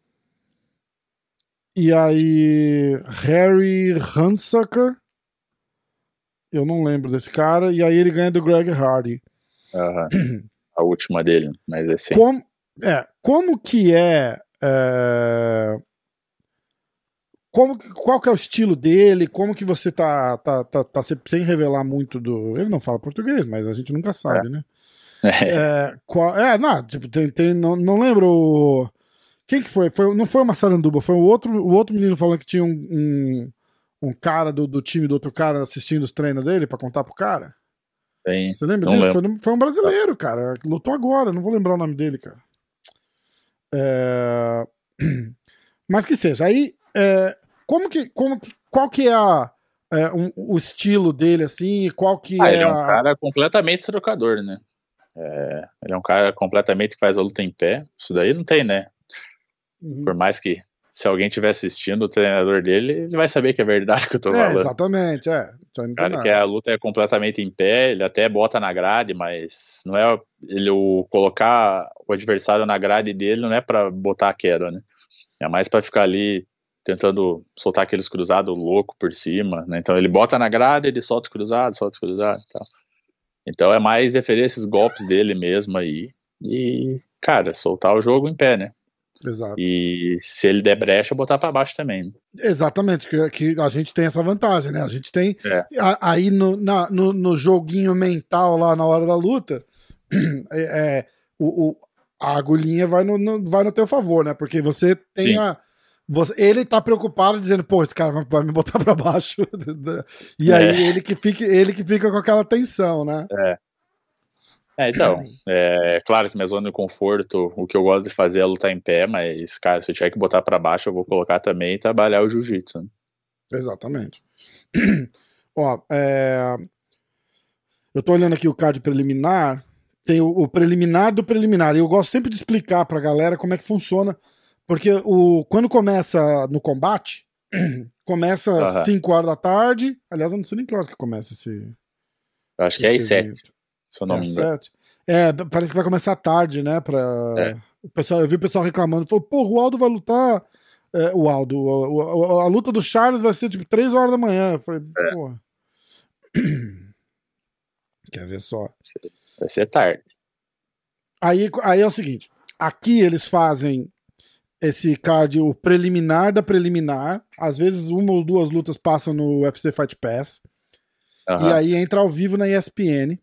E aí, Harry Hunsucker, eu não lembro desse cara, e aí ele ganha do Greg Hardy. Uhum. A última dele, mas assim. Como, é, como que é, é como, qual que é o estilo dele? Como que você tá, tá, tá, tá sem revelar muito do... Ele não fala português, mas a gente nunca sabe, é. né? É, qual, é, não, tipo, tem, tem, não, não lembro... Quem que foi? foi? Não foi o Massaranduba, foi o outro, o outro menino falando que tinha um, um, um cara do, do time do outro cara assistindo os treinos dele pra contar pro cara? Bem, você lembra disso? Foi, foi um brasileiro, cara. Lutou agora, não vou lembrar o nome dele, cara. É... Mas que seja, aí... É, como que, como que, qual que é, a, é um, o estilo dele, assim, qual que ah, é ele é um a... cara completamente trocador, né? É, ele é um cara completamente que faz a luta em pé. Isso daí não tem, né? Uhum. Por mais que, se alguém estiver assistindo o treinador dele, ele vai saber que é verdade que eu tô é, falando. Exatamente, é. O cara que a luta é completamente em pé, ele até bota na grade, mas não é ele o colocar o adversário na grade dele, não é pra botar a queda, né? É mais pra ficar ali tentando soltar aqueles cruzados louco por cima, né? Então ele bota na grade, ele solta os cruzados, solta os cruzados e tal. Então é mais defender esses golpes dele mesmo aí e, cara, soltar o jogo em pé, né? Exato. E se ele der brecha, botar pra baixo também. Né? Exatamente, que, que a gente tem essa vantagem, né? A gente tem é. a, aí no, na, no, no joguinho mental lá na hora da luta, é, é, o, o, a agulhinha vai no, no, vai no teu favor, né? Porque você tem Sim. a... Você, ele tá preocupado dizendo, pô, esse cara vai, vai me botar pra baixo. E aí é. ele, que fica, ele que fica com aquela tensão, né? É. É, então, é claro que minha zona de conforto, o que eu gosto de fazer é lutar em pé, mas, cara, se eu tiver que botar pra baixo, eu vou colocar também e trabalhar o jiu-jitsu. Né? Exatamente. Ó, é... eu tô olhando aqui o card preliminar, tem o, o preliminar do preliminar, e eu gosto sempre de explicar pra galera como é que funciona, porque o, quando começa no combate, começa às cinco horas da tarde, aliás, eu não sei nem que horas que começa esse... Eu acho que é às sete. Se eu não é, me engano. É, parece que vai começar tarde, né? Pra... É. O pessoal, eu vi o pessoal reclamando, falou, pô, o Aldo vai lutar. É, o Aldo, a, a, a luta do Charles vai ser tipo três horas da manhã. Eu falei, é. pô. Quer ver só? Vai ser tarde. Aí, aí é o seguinte: aqui eles fazem esse card, o preliminar da preliminar. Às vezes uma ou duas lutas passam no U F C Fight Pass. Uhum. E aí entra ao vivo na E S P N.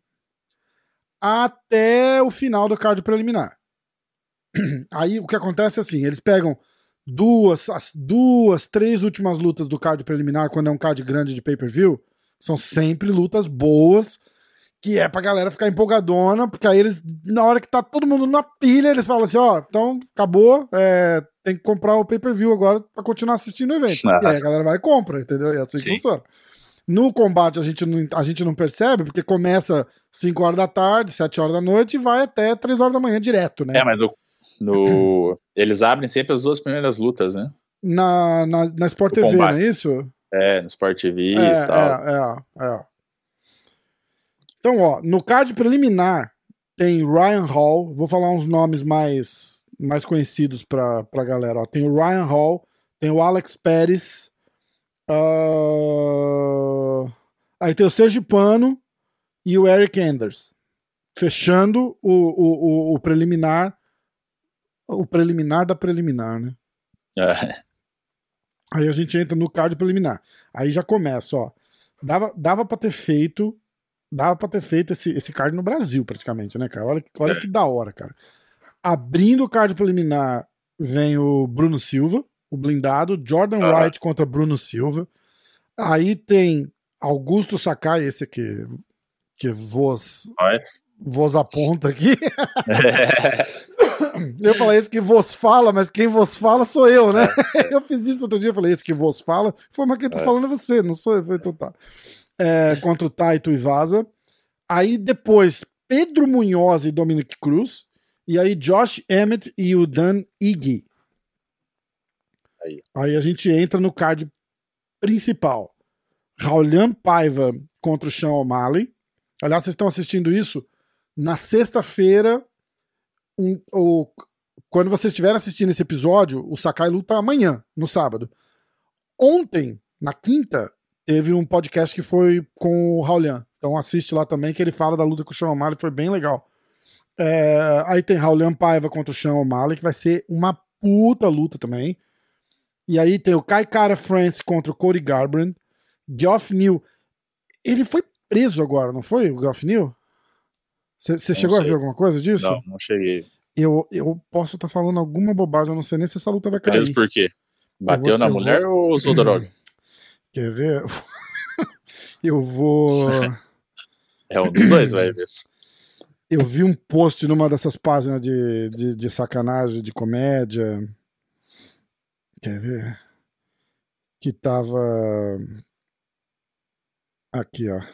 Até o final do card preliminar. Aí o que acontece é assim, eles pegam duas, as duas, três últimas lutas do card preliminar, quando é um card grande de pay-per-view, são sempre lutas boas, que é pra galera ficar empolgadona, porque aí eles, na hora que tá todo mundo na pilha, eles falam assim, ó, então acabou, é, tem que comprar o pay-per-view agora pra continuar assistindo o evento. Ah. E aí a galera vai e compra, entendeu? E assim que funciona. No combate a gente, não, a gente não percebe, porque começa cinco horas da tarde, sete horas da noite e vai até três horas da manhã direto, né? É, mas no, no... eles abrem sempre as duas primeiras lutas, né? Na, na, na Sport T V, combate. Não é isso? É, no Sport T V é, e tal. É, é, é. Então, ó, no card preliminar tem Ryan Hall, vou falar uns nomes mais, mais conhecidos pra, pra galera, ó. Tem o Ryan Hall, tem o Alex Pérez... Uh... Aí tem o Sergipano e o Eric Enders. Fechando o, o, o, o preliminar. O preliminar da preliminar, né? É. Aí a gente entra no card preliminar. Aí já começa, ó. Dava, dava pra ter feito. Dava pra ter feito esse, esse card no Brasil, praticamente, né, cara? Olha, olha é. que da hora, cara. Abrindo o card preliminar vem o Bruno Silva. O blindado, Jordan uhum. Wright contra Bruno Silva. Aí tem Augusto Sakai, esse aqui, que vos, Vai. vos aponta aqui. Eu falei, esse que vos fala, mas quem vos fala sou eu, né? É. Eu fiz isso outro dia, falei, esse que vos fala. Foi, mas quem tá é. falando é você, não sou eu. Falei, então tá. É, contra o Taito e Vaza. Aí depois, Pedro Munhoz e Dominic Cruz. E aí, Josh Emmett e o Dan Ige. Aí. aí a gente entra no card principal. Raulian Paiva contra o Sean O'Malley. Aliás, vocês estão assistindo isso na sexta-feira. Um, o, quando vocês estiverem assistindo esse episódio, o Sakai luta amanhã, no sábado. Ontem, na quinta, teve um podcast que foi com o Raulian. Então assiste lá também, que ele fala da luta com o Sean O'Malley, foi bem legal. É, aí tem Raulian Paiva contra o Sean O'Malley, que vai ser uma puta luta também. E aí tem o Kai Kara France contra o Cody Garbrandt. Geoff Neal. Ele foi preso agora, não foi, o Geoff Neal? Você chegou sei. a ver alguma coisa disso? Não, não cheguei. Eu, eu posso estar tá falando alguma bobagem, eu não sei nem se essa luta vai cair. Preso por quê? Bateu vou, na mulher vou... ou usou droga? Quer ver? Eu vou... É um dos dois, vai ver. Eu vi um post numa dessas páginas de, de, de sacanagem, de comédia. Quer ver? Que tava... Aqui, ó.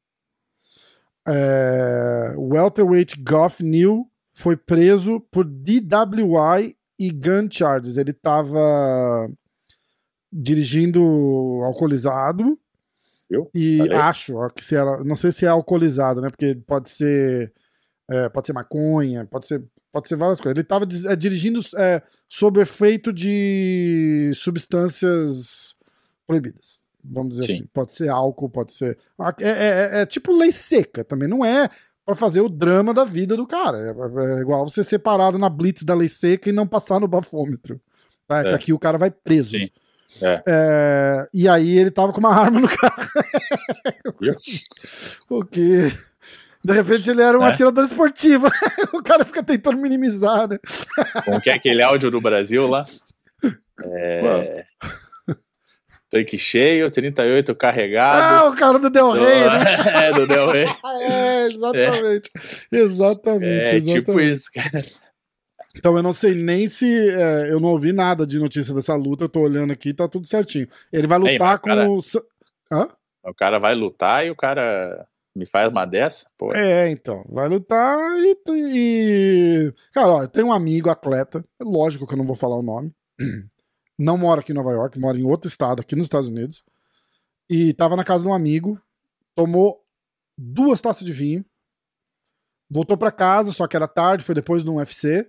É... Welterweight Geoff Neal foi preso por D W I e gun charges. Ele tava dirigindo alcoolizado. Eu? E Falei. acho ó, que se era... Não sei se é alcoolizado, né? Porque pode ser... É, pode ser maconha, pode ser, pode ser várias coisas. Ele estava é, dirigindo é, sob efeito de substâncias proibidas, vamos dizer Sim. assim. Pode ser álcool, pode ser... É, é, é tipo lei seca também, não é pra fazer o drama da vida do cara. É, é igual você ser parado na blitz da lei seca e não passar no bafômetro. Tá? É. Que aqui o cara vai preso. Sim. É. É, e aí ele tava com uma arma no carro. O que... De repente ele era um é. atirador esportivo. O cara fica tentando minimizar, né? Como que é aquele áudio do Brasil lá? É... Tanque cheio, trinta e oito carregado. Ah, o cara do Del Rey, do... né? É, do Del Rey. É, exatamente. É. Exatamente. É, exatamente. tipo isso, cara. Então eu não sei nem se... É, eu não ouvi nada de notícia dessa luta, eu tô olhando aqui, tá tudo certinho. Ele vai lutar Ei, com cara... o... Hã? O cara vai lutar e o cara... Me faz uma dessa? Pô. É, então. Vai lutar e, e... Cara, ó, eu tenho um amigo atleta. É lógico que eu não vou falar o nome. Não mora aqui em Nova York, mora em outro estado, aqui nos Estados Unidos. E tava na casa de um amigo. Tomou duas taças de vinho. Voltou pra casa, só que era tarde, foi depois de um U F C.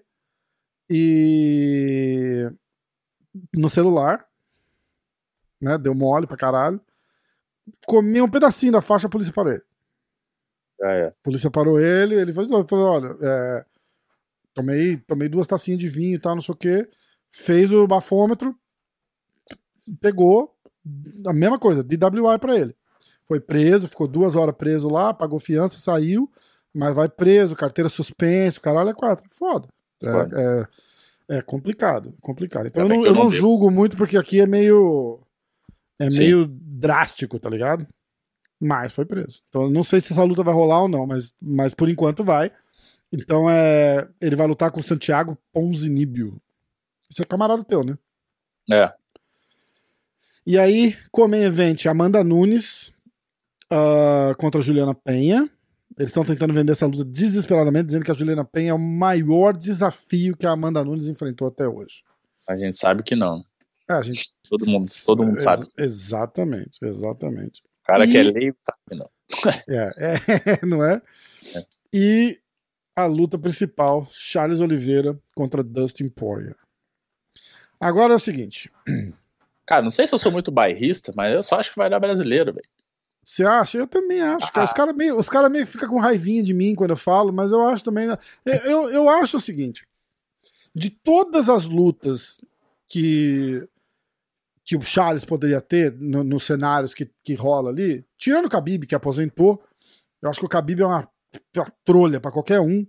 E... No celular. Né? Deu mole pra caralho. Comeu um pedacinho da faixa, a polícia parou ele. Ah, é. A polícia parou ele, ele falou, falou olha, é, tomei, tomei duas tacinhas de vinho e tal, não sei o que, fez o bafômetro, pegou a mesma coisa, D W I pra ele. Foi preso, ficou duas horas preso lá, pagou fiança, saiu, mas vai preso, carteira suspensa, caralho, é quatro. Foda. É, é, é complicado, complicado. Então eu não, eu não julgo muito, porque aqui é meio... É Sim. meio drástico, tá ligado? Mas foi preso. Então eu não sei se essa luta vai rolar ou não, mas, mas por enquanto vai. Então é, ele vai lutar com o Santiago Ponzinibbio. Isso é camarada teu, né? É. E aí, como event, Amanda Nunes uh, contra a Juliana Penha. Eles estão tentando vender essa luta desesperadamente, dizendo que a Juliana Penha é o maior desafio que a Amanda Nunes enfrentou até hoje. A gente sabe que não. É, a gente... Todo mundo, todo mundo Ex sabe. Exatamente, exatamente. O cara e... que é leigo sabe que não. É, é, não é? é? E a luta principal, Charles Oliveira contra Dustin Poirier. Agora é o seguinte. Cara, não sei se eu sou muito bairrista, mas eu só acho que vai dar brasileiro, velho. Você acha? Eu também acho. Ah. Os caras meio, os cara meio ficam com raivinha de mim quando eu falo, mas eu acho também... Eu, eu, eu acho o seguinte. De todas as lutas que... que o Charles poderia ter no, nos cenários que, que rola ali, tirando o Khabib, que aposentou, eu acho que o Khabib é uma, uma trolha pra qualquer um.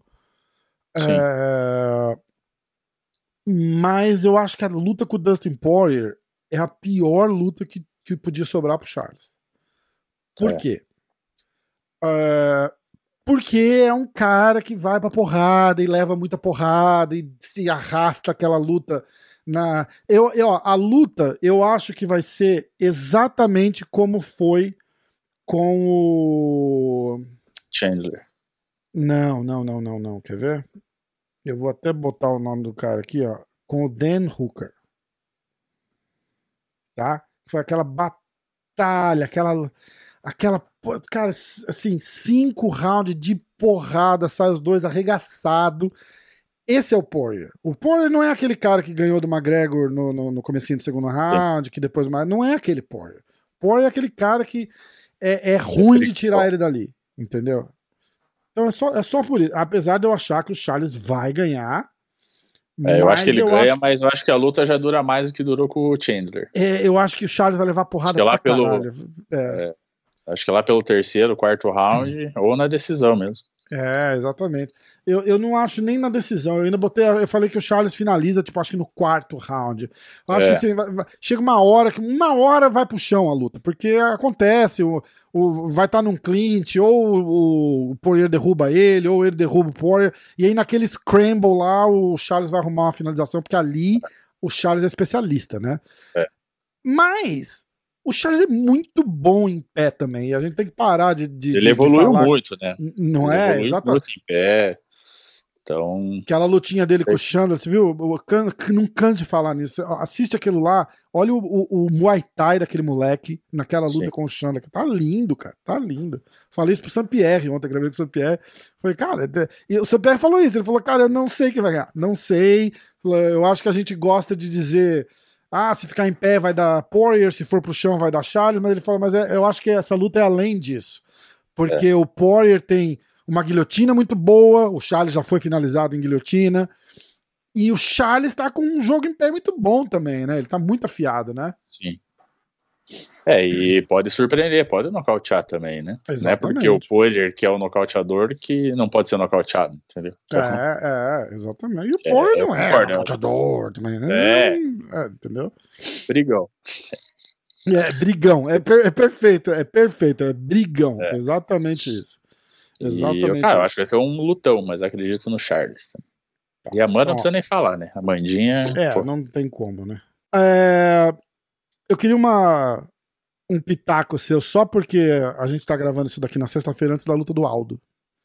É... Mas eu acho que a luta com o Dustin Poirier é a pior luta que, que podia sobrar pro Charles. Por é. quê? Uh, porque é um cara que vai pra porrada e leva muita porrada e se arrasta aquela luta na... Eu, eu, a luta, eu acho que vai ser exatamente como foi com o... Chandler. Não, não, não, não, não. Quer ver? Eu vou até botar o nome do cara aqui, ó. Com o Dan Hooker. Tá? Foi aquela batalha, aquela... Aquela... Cara, assim, cinco rounds de porrada, sai os dois arregaçados. Esse é o Poirier. O Poirier não é aquele cara que ganhou do McGregor no, no, no comecinho do segundo round, é. que depois mais... Não é aquele Poirier. Poirier é aquele cara que é, é ruim de tirar ele dali, entendeu? Então é só, é só por isso. Apesar de eu achar que o Charles vai ganhar. É, eu acho que ele ganha, acho... mas eu acho que a luta já dura mais do que durou com o Chandler. É, eu acho que o Charles vai levar porrada pra pelo, caralho. É. É, acho que lá pelo terceiro, quarto round, hum. ou na decisão mesmo. É, exatamente. Eu, eu não acho nem na decisão. Eu ainda botei. Eu falei que o Charles finaliza, tipo, acho que no quarto round. Eu acho é. que assim, vai, vai, chega uma hora que uma hora vai pro chão a luta, porque acontece, o, o, vai estar tá num clinch, ou o, o Poirier derruba ele, ou ele derruba o Poirier, e aí naquele scramble lá, o Charles vai arrumar uma finalização, porque ali o Charles é especialista, né? É. Mas o Charles é muito bom em pé também, e a gente tem que parar de, de Ele de, evoluiu de falar, muito, né? Não ele é? Evoluiu Exatamente. muito em pé. Então... Aquela lutinha dele com o Chandler, você viu? Eu não canso de falar nisso. Assiste aquilo lá, olha o, o, o Muay Thai daquele moleque naquela luta Sim. com o Chandler. Tá lindo, cara, tá lindo. Falei isso pro Saint-Pierre ontem, gravei com o Saint-Pierre. Falei, cara, e o Saint-Pierre falou isso, ele falou, cara, eu não sei quem vai ganhar. Não sei, eu acho que a gente gosta de dizer, ah, se ficar em pé vai dar Poirier, se for pro chão vai dar Charles, mas ele falou, mas é, eu acho que essa luta é além disso. Porque é. o Poirier tem uma guilhotina muito boa, o Charles já foi finalizado em guilhotina, e o Charles tá com um jogo em pé muito bom também, né? Ele tá muito afiado, né? Sim. É, e pode surpreender, pode nocautear também, né? Exatamente. Não é porque o Poirier, que é o nocauteador, que não pode ser nocauteado, entendeu? Então, é, é, exatamente. E o Poirier é, não é concordo, nocauteador também, né? É. é. Entendeu? Brigão. É, brigão, é, per, é perfeito, é perfeito, é brigão, é. exatamente isso. Exatamente. E, cara, eu acho que vai ser um lutão, mas acredito no Charles. Tá, e a Amanda então, não precisa nem falar, né? A Mandinha. É, pô. não tem como, né? É, eu queria uma, um pitaco seu, só porque a gente tá gravando isso daqui na sexta-feira antes da luta do Aldo.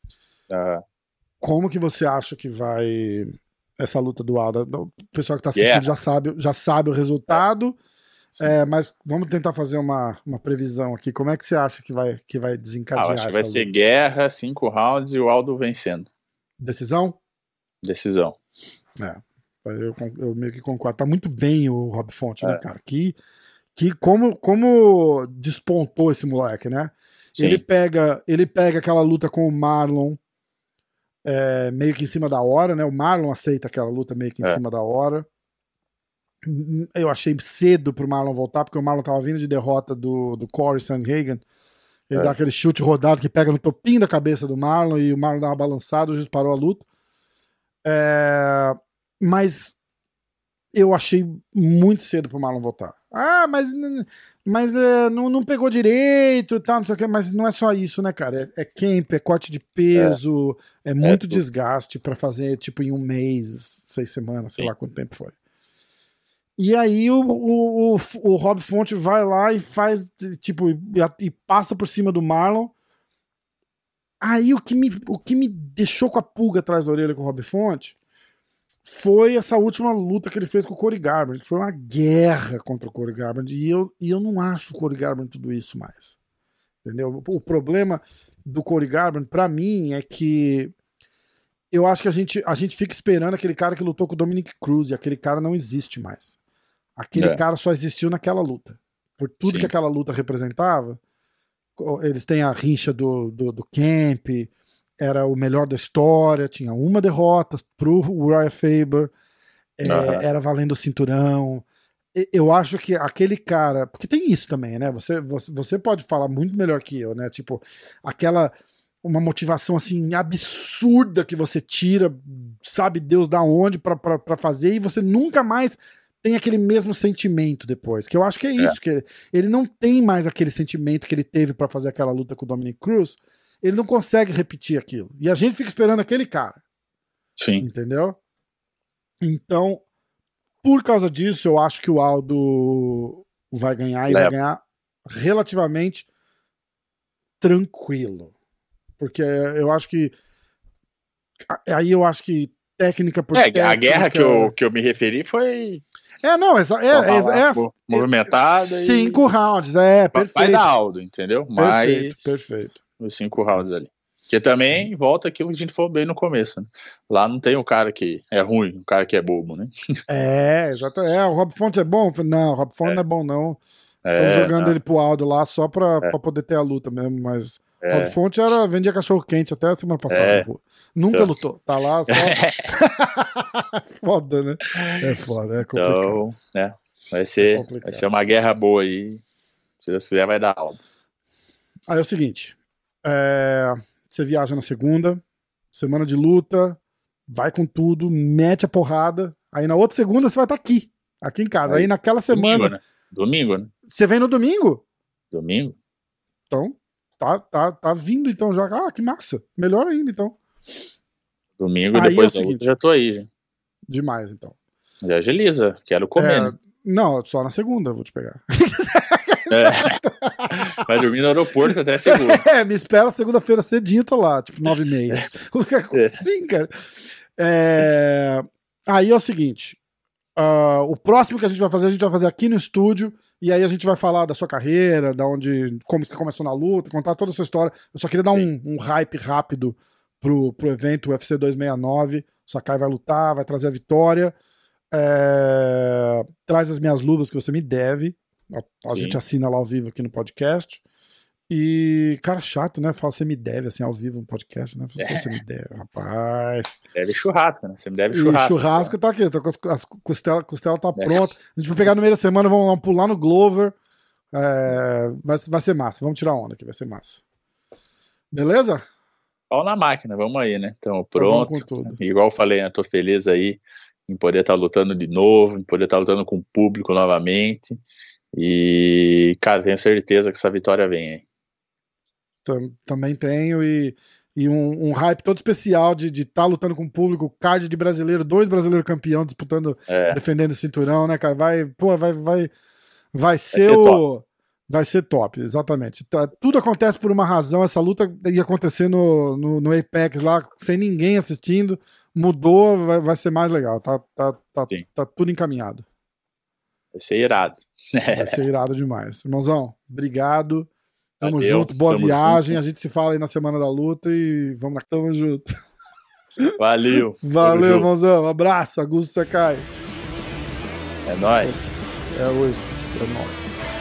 Ah. Como que você acha que vai essa luta do Aldo? O pessoal que tá assistindo yeah. já, sabe, já sabe o resultado. É, mas vamos tentar fazer uma, uma previsão aqui. Como é que você acha que vai, que vai desencadear? Ah, acho que vai luta? ser guerra, cinco rounds e o Aldo vencendo. Decisão? Decisão. É, eu, eu meio que concordo. Tá muito bem o Rob Font, né, é. cara? Que, que como, como despontou esse moleque, né? Sim. Ele pega, ele pega aquela luta com o Marlon é, meio que em cima da hora, né? O Marlon aceita aquela luta meio que em é. cima da hora. Eu achei cedo pro Marlon voltar, porque o Marlon tava vindo de derrota do, do Corey Sandhagen. Ele é. dá aquele chute rodado que pega no topinho da cabeça do Marlon e o Marlon dá uma balançada, o juiz parou a luta. É, mas eu achei muito cedo pro Marlon voltar. Ah, mas, mas é, não, não pegou direito e tal, não sei o que, mas não é só isso, né, cara? É, é camp, é corte de peso, é, é muito é desgaste pra fazer, tipo, em um mês, seis semanas, sei Sim. lá quanto tempo foi. E aí o, o, o, o Rob Font vai lá e faz, tipo, e, e passa por cima do Marlon. Aí o que, me, o que me deixou com a pulga atrás da orelha com o Rob Font foi essa última luta que ele fez com o Cody Garbrandt, que foi uma guerra contra o Cody Garbrandt, e eu, e eu não acho o Cody Garbrandt tudo isso mais. Entendeu? O problema do Cody Garbrandt, pra mim, é que eu acho que a gente, a gente fica esperando aquele cara que lutou com o Dominic Cruz, e aquele cara não existe mais. Aquele é. cara só existiu naquela luta. Por tudo Sim. que aquela luta representava, eles têm a rincha do, do, do camp, era o melhor da história, tinha uma derrota pro Uriah Faber, é, uhum. era valendo o cinturão. Eu acho que aquele cara, porque tem isso também, né? Você, você, você pode falar muito melhor que eu, né? Tipo, aquela uma motivação assim absurda que você tira, sabe Deus da onde pra, pra, pra fazer, e você nunca mais tem aquele mesmo sentimento depois, que eu acho que é isso, é. que ele não tem mais aquele sentimento que ele teve pra fazer aquela luta com o Dominic Cruz, ele não consegue repetir aquilo, e a gente fica esperando aquele cara. Sim. Entendeu? Então, por causa disso, eu acho que o Aldo vai ganhar e Leva. vai ganhar relativamente tranquilo, porque eu acho que aí eu acho que técnica por é, técnica... A guerra que eu, que eu me referi foi... É, não, é... é, é, é movimentada Cinco e... rounds, é, perfeito. Vai dar Aldo, entendeu? Perfeito, Mas... perfeito. Os cinco rounds ali. Que também volta aquilo que a gente falou bem no começo, né? Lá não tem o cara que é ruim, o cara que é bobo, né? É, exato. É, o Rob Font é bom? Não, o Rob Font é. não é bom, não. Estão é, jogando não. ele pro Aldo lá só pra, é. pra poder ter a luta mesmo, mas... É. Rob Font era, vendia cachorro quente até a semana passada. É. Nunca então... lutou. Tá lá só... foda, né? É foda, é complicado. Então, né? Vai ser, é vai ser uma guerra boa aí. Se Deus quiser, vai dar Aldo. Aí é o seguinte. É... Você viaja na segunda, semana de luta, vai com tudo, mete a porrada. Aí na outra segunda você vai estar aqui, aqui em casa. Aí, aí naquela semana... Domingo, né? Domingo, né? Você vem no domingo? Domingo. Então, tá, tá, tá vindo então já. Ah, que massa. Melhor ainda, então. Domingo e depois é da luta já tô aí. Já. Demais, então. Já agiliza, quero comer, é... né? Não, só na segunda eu vou te pegar. É. Vai dormir no aeroporto até segunda. É, me espera segunda-feira cedinho, tô lá, tipo nove e meia. É. Sim, cara. É... Aí é o seguinte, uh, o próximo que a gente vai fazer, a gente vai fazer aqui no estúdio, e aí a gente vai falar da sua carreira, da onde, como você começou na luta, contar toda a sua história. Eu só queria dar um, um hype rápido pro, pro evento U F C duzentos e sessenta e nove. O Sakai vai lutar, vai trazer a vitória. É... Traz as minhas luvas que você me deve. A, a gente assina lá ao vivo aqui no podcast. E, cara, chato, né? Fala, você me deve, assim, ao vivo no podcast, né? Fala, você me deve, rapaz. Deve churrasco, né? Você me deve churrasco. E churrasco tá aqui, tá com as costela, costela tá é. pronta. A gente vai pegar no meio da semana, vamos, vamos pular no Glover. É, vai, vai ser massa, vamos tirar onda aqui, vai ser massa. Beleza? Pau na máquina, vamos aí, né? Então, pronto. Então, tudo. Igual eu falei, né? Tô feliz aí em poder estar lutando de novo, em poder estar lutando com o público novamente. E, cara, tenho certeza que essa vitória vem aí. Também tenho, e, e um, um hype todo especial de estar tá lutando com o público, card de brasileiro, dois brasileiros campeão disputando, é. defendendo o cinturão, né, cara? Vai, pô, vai, vai, vai ser, vai ser o. Top. Vai ser top, exatamente. Tá, tudo acontece por uma razão. Essa luta ia acontecer no, no, no Apex lá, sem ninguém assistindo. Mudou, vai, vai ser mais legal. Tá, tá, tá, tá tudo encaminhado. Vai ser irado. Vai ser irado demais. Irmãozão, obrigado. Tamo Valeu, junto, boa viagem. Junto. A gente se fala aí na semana da luta e vamos lá, tamo junto. Valeu. Valeu, irmãozão. Abraço, Augusto Sakai. É nóis. É hoje, é nóis.